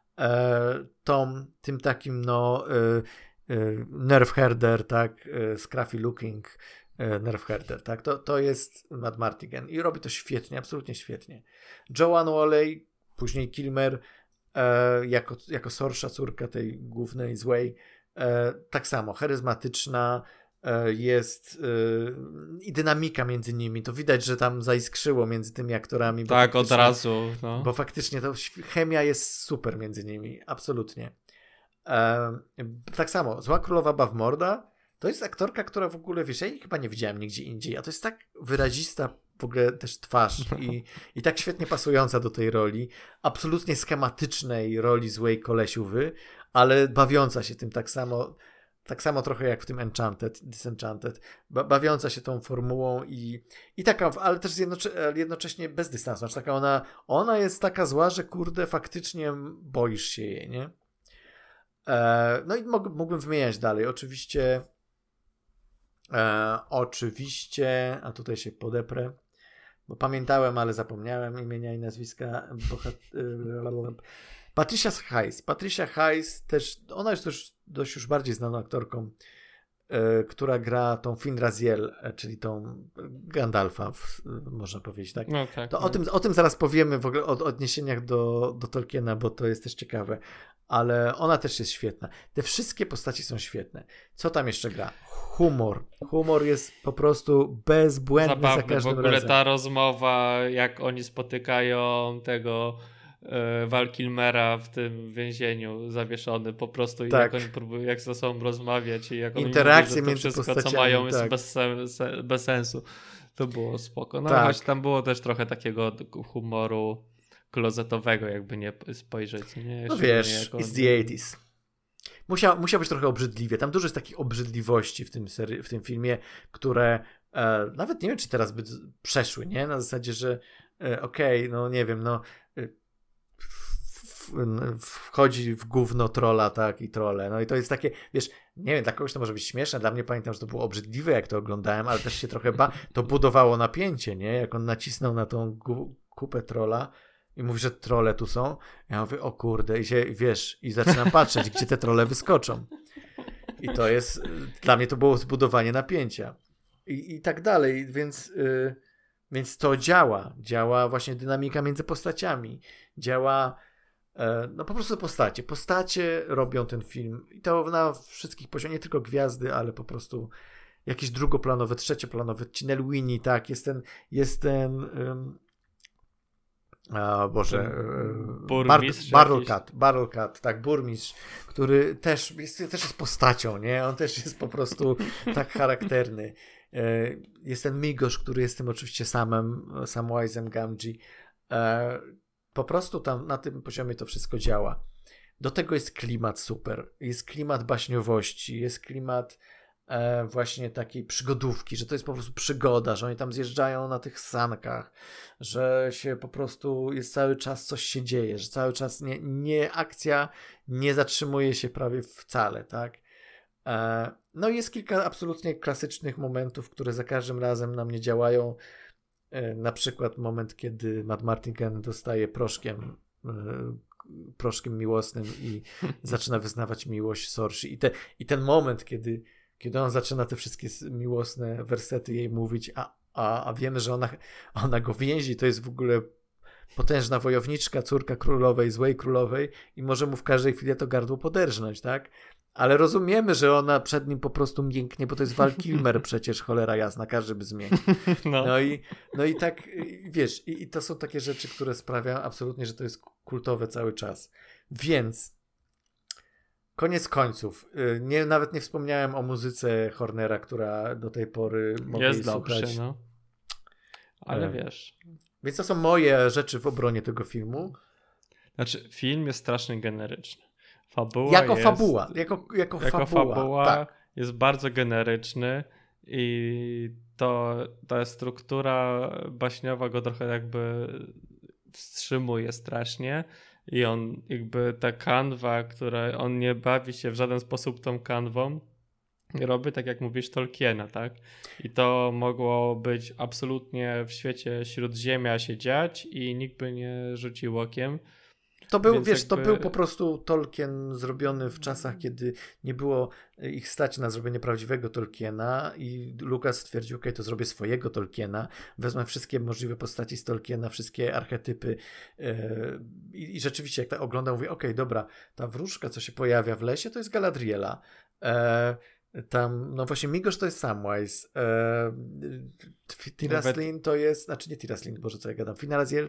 tym takim nerve herder, tak, scruffy looking nerve herder, tak, to jest Matt Mardigan i robi to świetnie, absolutnie świetnie. Joanne Whalley, później Kilmer, jako Sorsha, córka tej głównej złej, tak samo, charyzmatyczna jest i dynamika między nimi, to widać, że tam zaiskrzyło między tymi aktorami. Tak, od razu. No. Bo faktycznie to chemia jest super między nimi, absolutnie. Tak samo, Zła Królowa Bawmorda to jest aktorka, która w ogóle, wiesz, ja jej chyba nie widziałem nigdzie indziej, a to jest tak wyrazista w ogóle też twarz i tak świetnie pasująca do tej roli, absolutnie schematycznej roli złej kolesiówy, ale bawiąca się tym tak samo trochę jak w tym Disenchanted, bawiąca się tą formułą i taka, ale też jednocześnie bez dystansu, znaczy taka ona jest taka zła, że kurde, faktycznie boisz się jej, nie? No i mógłbym wymieniać dalej. Oczywiście, a tutaj się podeprę, bo pamiętałem, ale zapomniałem imienia i nazwiska. Patricia Hayes też, ona jest dość już bardziej znaną aktorką, która gra tą Finn Raziel, czyli tą Gandalfa, można powiedzieć, tak? No, tak, to o tym zaraz powiemy w ogóle, o odniesieniach do Tolkiena, bo to jest też ciekawe, ale ona też jest świetna. Te wszystkie postaci są świetne. Co tam jeszcze gra? Humor jest po prostu bezbłędny. Zabawny, za każdym razem. W ogóle ta rozmowa, jak oni spotykają tego Val Kilmera w tym więzieniu zawieszony po prostu i jak oni próbują, jak ze sobą rozmawiać i jak oni interakcje mówią, że to wszystko, co mają, jest bez sensu. To było spoko. No choć tam było też trochę takiego humoru klozetowego, jakby nie spojrzeć. Nie? No wiesz, it's the 80s. Musiał być trochę obrzydliwie. Tam dużo jest takich obrzydliwości w tym filmie, które nawet nie wiem, czy teraz by przeszły, nie? Na zasadzie, że no nie wiem, wchodzi w gówno trolla, tak, i trolle. No i to jest takie, wiesz, nie wiem, dla kogoś to może być śmieszne, dla mnie pamiętam, że to było obrzydliwe, jak to oglądałem, ale też się trochę to budowało napięcie, nie? Jak on nacisnął na tą kupę trolla i mówi, że trolle tu są. Ja mówię, o kurde, i się, wiesz, i zaczynam patrzeć, gdzie te trolle wyskoczą. I to jest, dla mnie to było zbudowanie napięcia. I tak dalej, więc to działa właśnie dynamika między postaciami, działa po prostu postacie robią ten film i to na wszystkich poziomach, nie tylko gwiazdy, ale po prostu jakieś drugoplanowe, trzecioplanowe, ci Nell Winnie, tak, jest ten Barrelcat, tak, burmistrz, który też jest postacią, nie? On też jest po prostu tak charakterny. Jest ten Migosz, który jest tym oczywiście Samwise'em Gamgee. Po prostu tam na tym poziomie to wszystko działa. Do tego jest klimat super. Jest klimat baśniowości, jest klimat właśnie takiej przygodówki, że to jest po prostu przygoda, że oni tam zjeżdżają na tych sankach, że się po prostu jest cały czas coś się dzieje, że cały czas akcja nie zatrzymuje się prawie wcale, tak? No i jest kilka absolutnie klasycznych momentów, które za każdym razem na mnie działają. Na przykład moment, kiedy Matt Mardigan dostaje proszkiem miłosnym i zaczyna wyznawać miłość Sorshi. I ten moment, kiedy on zaczyna te wszystkie miłosne wersety jej mówić, a wiemy, że ona go więzi, to jest w ogóle potężna wojowniczka, córka królowej, złej królowej i może mu w każdej chwili to gardło poderżnąć, tak? Ale rozumiemy, że ona przed nim po prostu mięknie, bo to jest Val Kilmer przecież, cholera jasna, każdy by zmiękł. No i tak, wiesz, i to są takie rzeczy, które sprawiają absolutnie, że to jest kultowe cały czas. Więc koniec końców, nawet nie wspomniałem o muzyce Hornera, która do tej pory mogę jest jej słuchać. Dobrze, no. Ale wiesz... Więc to są moje rzeczy w obronie tego filmu. Znaczy, film jest strasznie generyczny. Fabuła Jako fabuła tak. Jest bardzo generyczny i ta struktura baśniowa go trochę jakby wstrzymuje strasznie i on jakby ta kanwa, która on nie bawi się w żaden sposób tą kanwą, robi tak jak mówisz Tolkiena, tak? I to mogło być absolutnie w świecie Śródziemia się dziać i nikt by nie rzucił okiem. To był, to był po prostu Tolkien zrobiony w czasach, kiedy nie było ich stać na zrobienie prawdziwego Tolkiena i Lucas stwierdził, to zrobię swojego Tolkiena, wezmę wszystkie możliwe postaci z Tolkiena, wszystkie archetypy i rzeczywiście jak tak oglądam, mówię, dobra, ta wróżka, co się pojawia w lesie, to jest Galadriela. Tam, no właśnie Migos to jest Samwise, Tiraslin to jest, znaczy nie Tiraslin, Boże co ja gadam, Finaraziel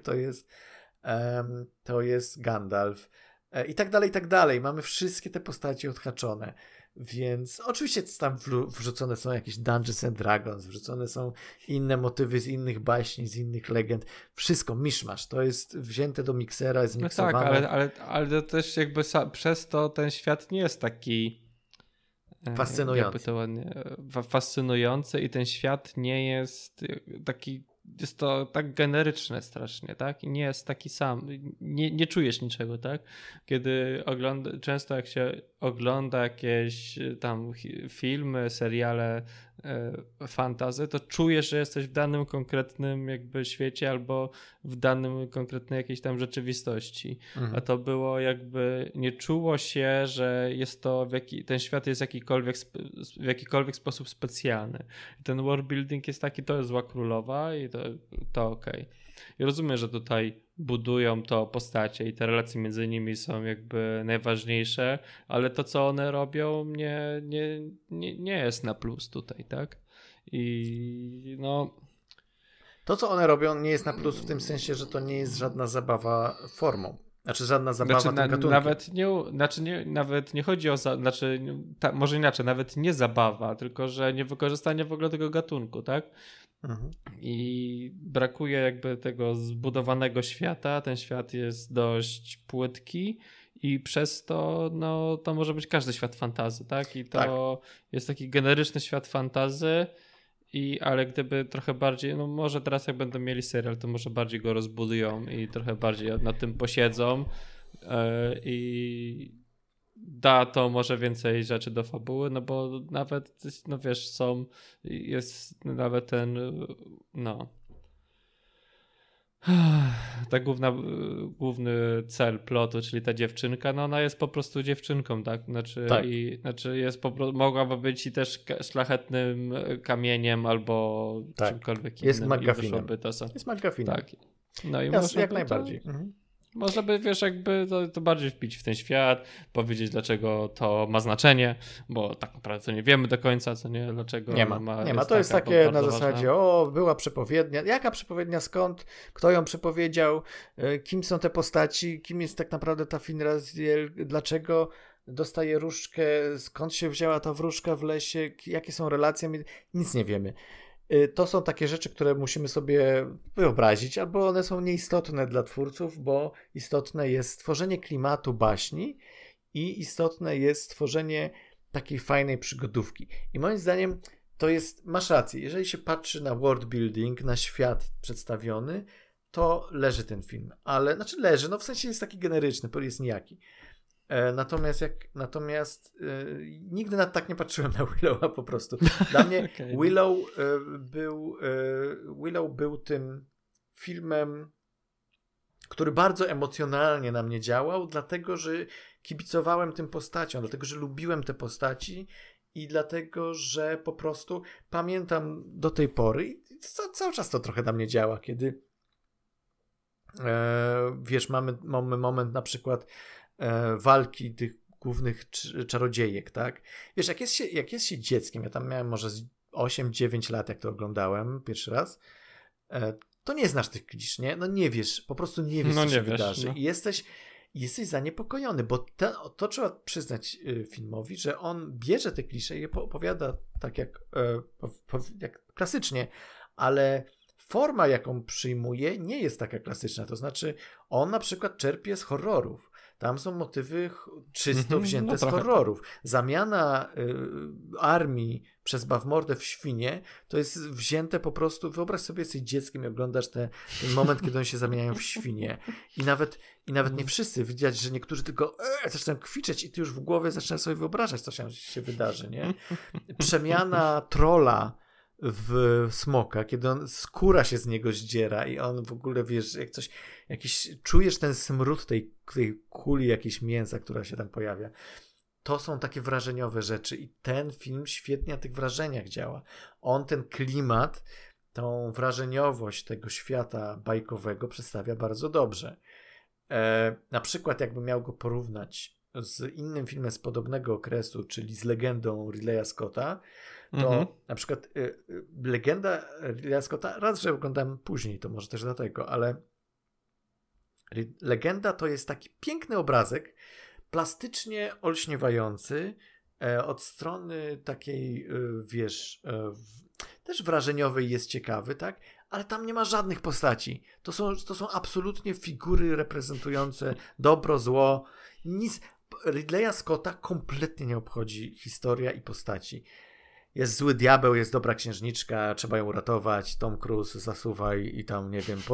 to jest Gandalf i tak dalej. Mamy wszystkie te postacie odhaczone, więc oczywiście tam wrzucone są jakieś Dungeons and Dragons, wrzucone są inne motywy z innych baśni, z innych legend. Wszystko, miszmasz. To jest wzięte do miksera, zmiksowane. No tak, ale to też jakby przez to ten świat nie jest taki fascynujący i ten świat nie jest taki, jest to tak generyczne strasznie, tak? I nie jest taki sam, nie czujesz niczego, tak? Kiedy często jak się ogląda jakieś tam filmy, seriale fantasy, to czujesz, że jesteś w danym konkretnym jakby świecie albo w danym konkretnej jakiejś tam rzeczywistości. A to było jakby, nie czuło się, że jest to ten świat jest w jakikolwiek sposób specjalny. I ten world building jest taki, to jest Zła Królowa i to okej. I rozumiem, że tutaj budują to postacie i te relacje między nimi są jakby najważniejsze, ale to, co one robią, nie jest na plus tutaj, tak? I no... To, co one robią, nie jest na plus w tym sensie, że to nie jest żadna zabawa formą. Znaczy żadna zabawa tym gatunkiem. Nawet nie chodzi o... może inaczej, nawet nie zabawa, tylko że nie wykorzystanie w ogóle tego gatunku, tak? I brakuje jakby tego zbudowanego świata. Ten świat jest dość płytki i przez to to może być każdy świat fantasy, tak? I to jest taki generyczny świat fantasy, ale gdyby trochę bardziej, może teraz jak będą mieli serial, to może bardziej go rozbudują i trochę bardziej nad tym posiedzą i da to może więcej rzeczy do fabuły, bo nawet, wiesz, jest nawet ten, główny cel plotu, czyli ta dziewczynka, ona jest po prostu dziewczynką, tak? Znaczy jest mogłaby być i też szlachetnym kamieniem albo czymkolwiek innym. Jest McGuffinem. Jest McGuffinem. Tak. No i jak najbardziej. Można by, wiesz, jakby to bardziej wpić w ten świat, powiedzieć, dlaczego to ma znaczenie, bo tak naprawdę to nie wiemy do końca, co nie, dlaczego nie ma. To jest takie na zasadzie, była przepowiednia. Jaka przepowiednia, skąd? Kto ją przepowiedział? Kim są te postaci? Kim jest tak naprawdę ta Finraziel? Dlaczego dostaje różdżkę? Skąd się wzięła ta wróżka w lesie? Jakie są relacje? Nic nie wiemy. To są takie rzeczy, które musimy sobie wyobrazić, albo one są nieistotne dla twórców, bo istotne jest stworzenie klimatu baśni i istotne jest stworzenie takiej fajnej przygodówki. I moim zdaniem to jest, masz rację, jeżeli się patrzy na world building, na świat przedstawiony, to leży ten film. Ale, leży, w sensie jest taki generyczny, jest nijaki. Natomiast nigdy tak nie patrzyłem na Willowa po prostu. Dla mnie Willow był tym filmem, który bardzo emocjonalnie na mnie działał, dlatego, że kibicowałem tym postaciom, dlatego, że lubiłem te postaci i dlatego, że po prostu pamiętam do tej pory i cały czas to trochę na mnie działa, kiedy wiesz, mamy moment na przykład walki tych głównych czarodziejek, tak? Wiesz, jak jest się dzieckiem, ja tam miałem może 8-9 lat, jak to oglądałem pierwszy raz, to nie znasz tych klisz, nie? Nie wiesz, po prostu nie wiesz, co się wydarzy. I jesteś zaniepokojony, bo to trzeba przyznać filmowi, że on bierze te klisze i je opowiada tak jak klasycznie, ale forma, jaką przyjmuje, nie jest taka klasyczna. To znaczy, on na przykład czerpie z horrorów. Tam są motywy czysto wzięte z horrorów. Zamiana armii przez Bawmordę w świnie to jest wzięte po prostu, wyobraź sobie, jesteś dzieckiem i oglądasz ten moment, kiedy oni się zamieniają w świnie. I nawet nie wszyscy, widać, że niektórzy tylko zaczynają kwiczeć i ty już w głowie zaczynasz sobie wyobrażać, co się wydarzy, nie? Przemiana trolla w smoka, kiedy skóra się z niego zdziera i on w ogóle, wiesz, jak coś, czujesz ten smród tej kuli jakiejś mięsa, która się tam pojawia. To są takie wrażeniowe rzeczy i ten film świetnie na tych wrażeniach działa. On ten klimat, tą wrażeniowość tego świata bajkowego przedstawia bardzo dobrze. Na przykład jakbym miał go porównać z innym filmem z podobnego okresu, czyli z Legendą Ridleya Scotta, to na przykład Legenda Ridleya Scotta, raz, że oglądałem później, to może też dlatego, ale Legenda to jest taki piękny obrazek, plastycznie olśniewający, od strony takiej, wiesz, też wrażeniowej jest ciekawy, tak? Ale tam nie ma żadnych postaci. To są absolutnie figury reprezentujące dobro, zło. Nic. Ridleya Scotta kompletnie nie obchodzi historia i postaci. Jest zły diabeł, jest dobra księżniczka, trzeba ją uratować, Tom Cruise zasuwa i tam, nie wiem,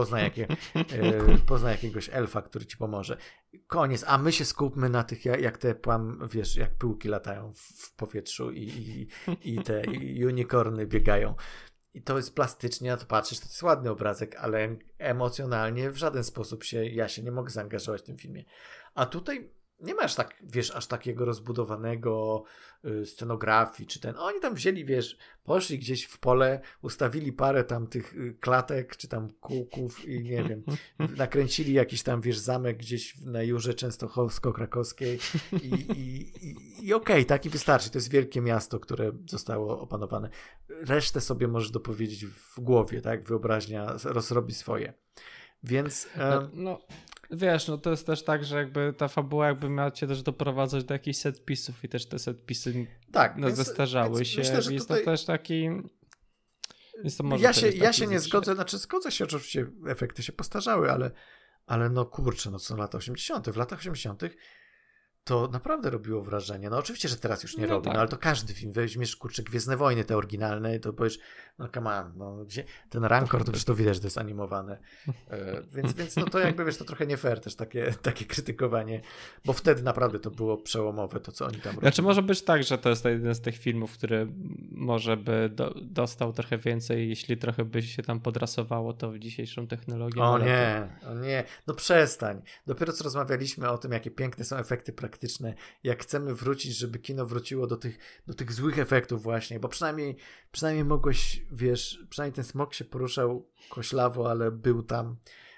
pozna jakiegoś elfa, który ci pomoże. Koniec, a my się skupmy na tych, jak te wiesz, jak pyłki latają w powietrzu i te unicorny biegają. I to jest plastycznie, na to patrzysz, to jest ładny obrazek, ale emocjonalnie w żaden sposób ja się nie mogę zaangażować w tym filmie. A tutaj nie masz tak, wiesz, aż takiego rozbudowanego scenografii, czy oni tam wzięli, wiesz, poszli gdzieś w pole, ustawili parę tam tych klatek, czy tam kółków i nie wiem, nakręcili jakiś tam, wiesz, zamek gdzieś na Jurze Częstochowsko-Krakowskiej i okej, tak i wystarczy. To jest wielkie miasto, które zostało opanowane. Resztę sobie możesz dopowiedzieć w głowie, tak? Wyobraźnia rozrobi swoje. Więc... Wiesz, no to jest też tak, że jakby ta fabuła jakby miała cię też doprowadzać do jakichś setpisów i też te setpisy zestarzały się. Myślę, że jest to też taki... Jest to może ja się nie zgodzę, zgodzę się, oczywiście efekty się postarzały, ale no kurczę, no to są lata 80. W latach 80. to naprawdę robiło wrażenie. No oczywiście, że teraz już nie robi, tak. No ale to każdy film, weźmiesz, kurczę, Gwiezdne Wojny, te oryginalne, to powiesz, no come on, no gdzie ten Rancor, to przecież to widać, że to jest animowane. Więc no to jakby, wiesz, to trochę nie fair też takie krytykowanie, bo wtedy naprawdę to było przełomowe, to co oni tam robili. Znaczy może być tak, że to jest jeden z tych filmów, który może by dostał trochę więcej, jeśli trochę by się tam podrasowało to w dzisiejszą technologię. O nie, no przestań. Dopiero co rozmawialiśmy o tym, jakie piękne są efekty praktyczne, jak chcemy wrócić, żeby kino wróciło do tych złych efektów właśnie, bo przynajmniej mogłeś, wiesz, przynajmniej ten smok się poruszał koślawo, ale był tam.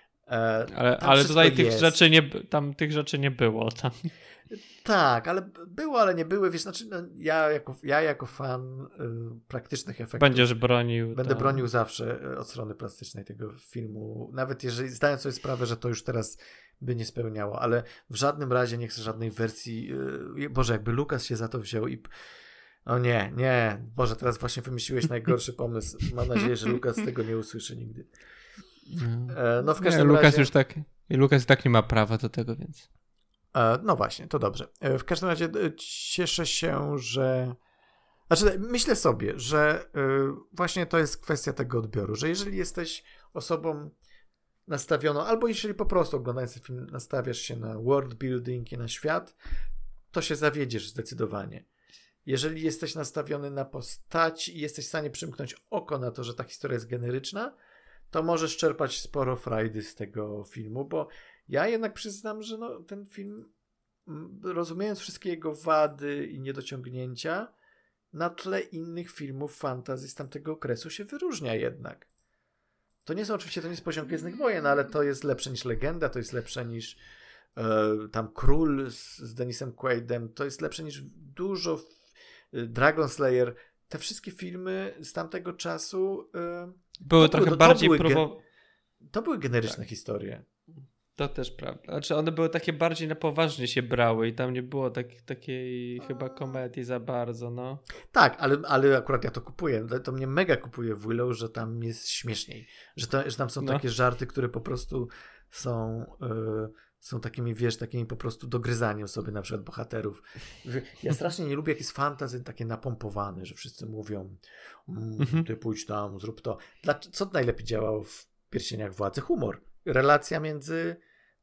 Ale tutaj tych rzeczy nie było tam. Tak, ale było, ale nie były, wiesz, znaczy no, ja jako fan praktycznych efektów będę bronił zawsze od strony plastycznej tego filmu, nawet jeżeli zdając sobie sprawę, że to już teraz by nie spełniało, ale w żadnym razie nie chcę żadnej wersji, Boże, jakby Lucas się za to wziął i o nie, Boże, teraz właśnie wymyśliłeś najgorszy pomysł, mam nadzieję, że Lucas tego nie usłyszy nigdy. No w każdym razie... Lucas i tak nie ma prawa do tego, więc... No właśnie, to dobrze. W każdym razie cieszę się, że... Znaczy, myślę sobie, że właśnie to jest kwestia tego odbioru, że jeżeli jesteś osobą nastawioną, albo jeżeli po prostu oglądając ten film nastawiasz się na world building i na świat, to się zawiedziesz zdecydowanie. Jeżeli jesteś nastawiony na postaci i jesteś w stanie przymknąć oko na to, że ta historia jest generyczna, to możesz czerpać sporo frajdy z tego filmu, bo ja jednak przyznam, że no, ten film, rozumiejąc wszystkie jego wady i niedociągnięcia, na tle innych filmów fantasy z tamtego okresu się wyróżnia jednak. To nie jest poziom Gwiezdnych Wojen, ale to jest lepsze niż Legenda, to jest lepsze niż tam Król z Dennisem Quaidem, to jest lepsze niż dużo Dragon Slayer. Te wszystkie filmy z tamtego czasu były trochę bardziej to były generyczne historie. To też prawda. Znaczy one były takie bardziej na poważnie się brały i tam nie było takiej chyba komedii za bardzo, no. Tak, ale akurat ja to kupuję. To mnie mega kupuje w Willow, że tam jest śmieszniej. Że tam są takie żarty, które po prostu są takimi, wiesz, takimi po prostu dogryzaniem sobie na przykład bohaterów. Ja strasznie nie lubię, jak jest fantasy takie napompowane, że wszyscy mówią ty pójdź tam, zrób to. Co najlepiej działało w Pierścieniach Władzy? Humor. Relacja między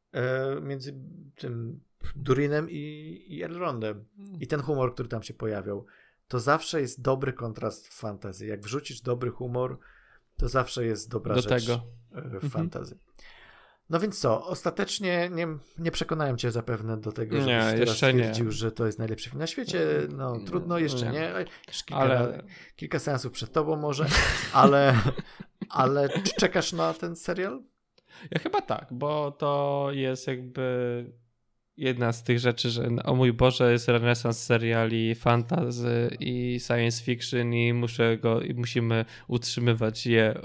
tym Durinem i Elrondem. I ten humor, który tam się pojawiał. To zawsze jest dobry kontrast w fantasy. Jak wrzucisz dobry humor, to zawsze jest dobra rzecz w fantasy. No więc co, ostatecznie nie przekonałem cię zapewne do tego, żebyś teraz stwierdził, że to jest najlepszy film na świecie. No trudno, jeszcze nie. Kilka seansów przed tobą może, ale czy czekasz na ten serial? Ja chyba tak, bo to jest jakby jedna z tych rzeczy, że o mój Boże, jest renesans seriali fantasy i science fiction i musimy utrzymywać je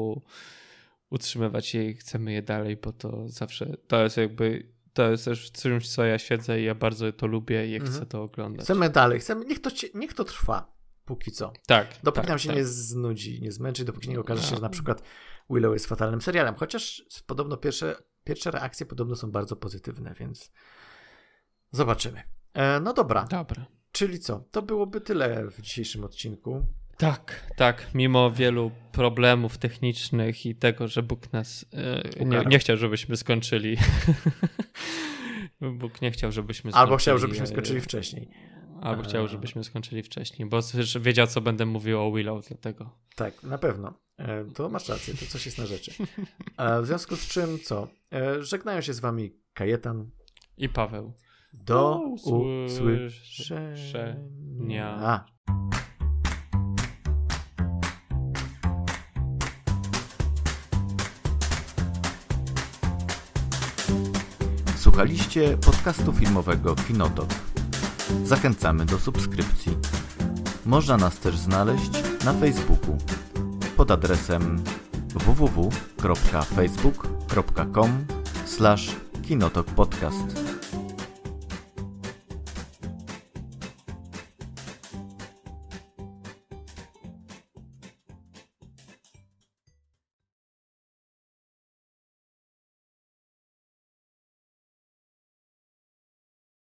i chcemy je dalej, bo to zawsze, to jest też czymś, co ja siedzę i ja bardzo to lubię i chcę to oglądać. Chcemy dalej, niech to trwa, póki co. Tak. Dopóki nam się nie znudzi, nie zmęczy, dopóki nie okaże się, że na przykład Willow jest fatalnym serialem, chociaż podobno pierwsze reakcje podobno są bardzo pozytywne, więc zobaczymy. No dobra. Czyli co? To byłoby tyle w dzisiejszym odcinku. Tak. Mimo wielu problemów technicznych i tego, że Bóg nas nie chciał, żebyśmy skończyli. Bóg nie chciał, żebyśmy skończyli. Albo chciał, żebyśmy skończyli wcześniej. Albo chciał, żebyśmy skończyli wcześniej, bo wiedział, co będę mówił o Willow, dlatego. Tak, na pewno. To masz rację, to coś jest na rzeczy. W związku z czym co? Żegnają się z wami Kajetan i Paweł. Do usłyszenia. Słuchaliście podcastu filmowego Kinotok. Zachęcamy do subskrypcji. Można nas też znaleźć na Facebooku pod adresem www.facebook.com/kinotokpodcast.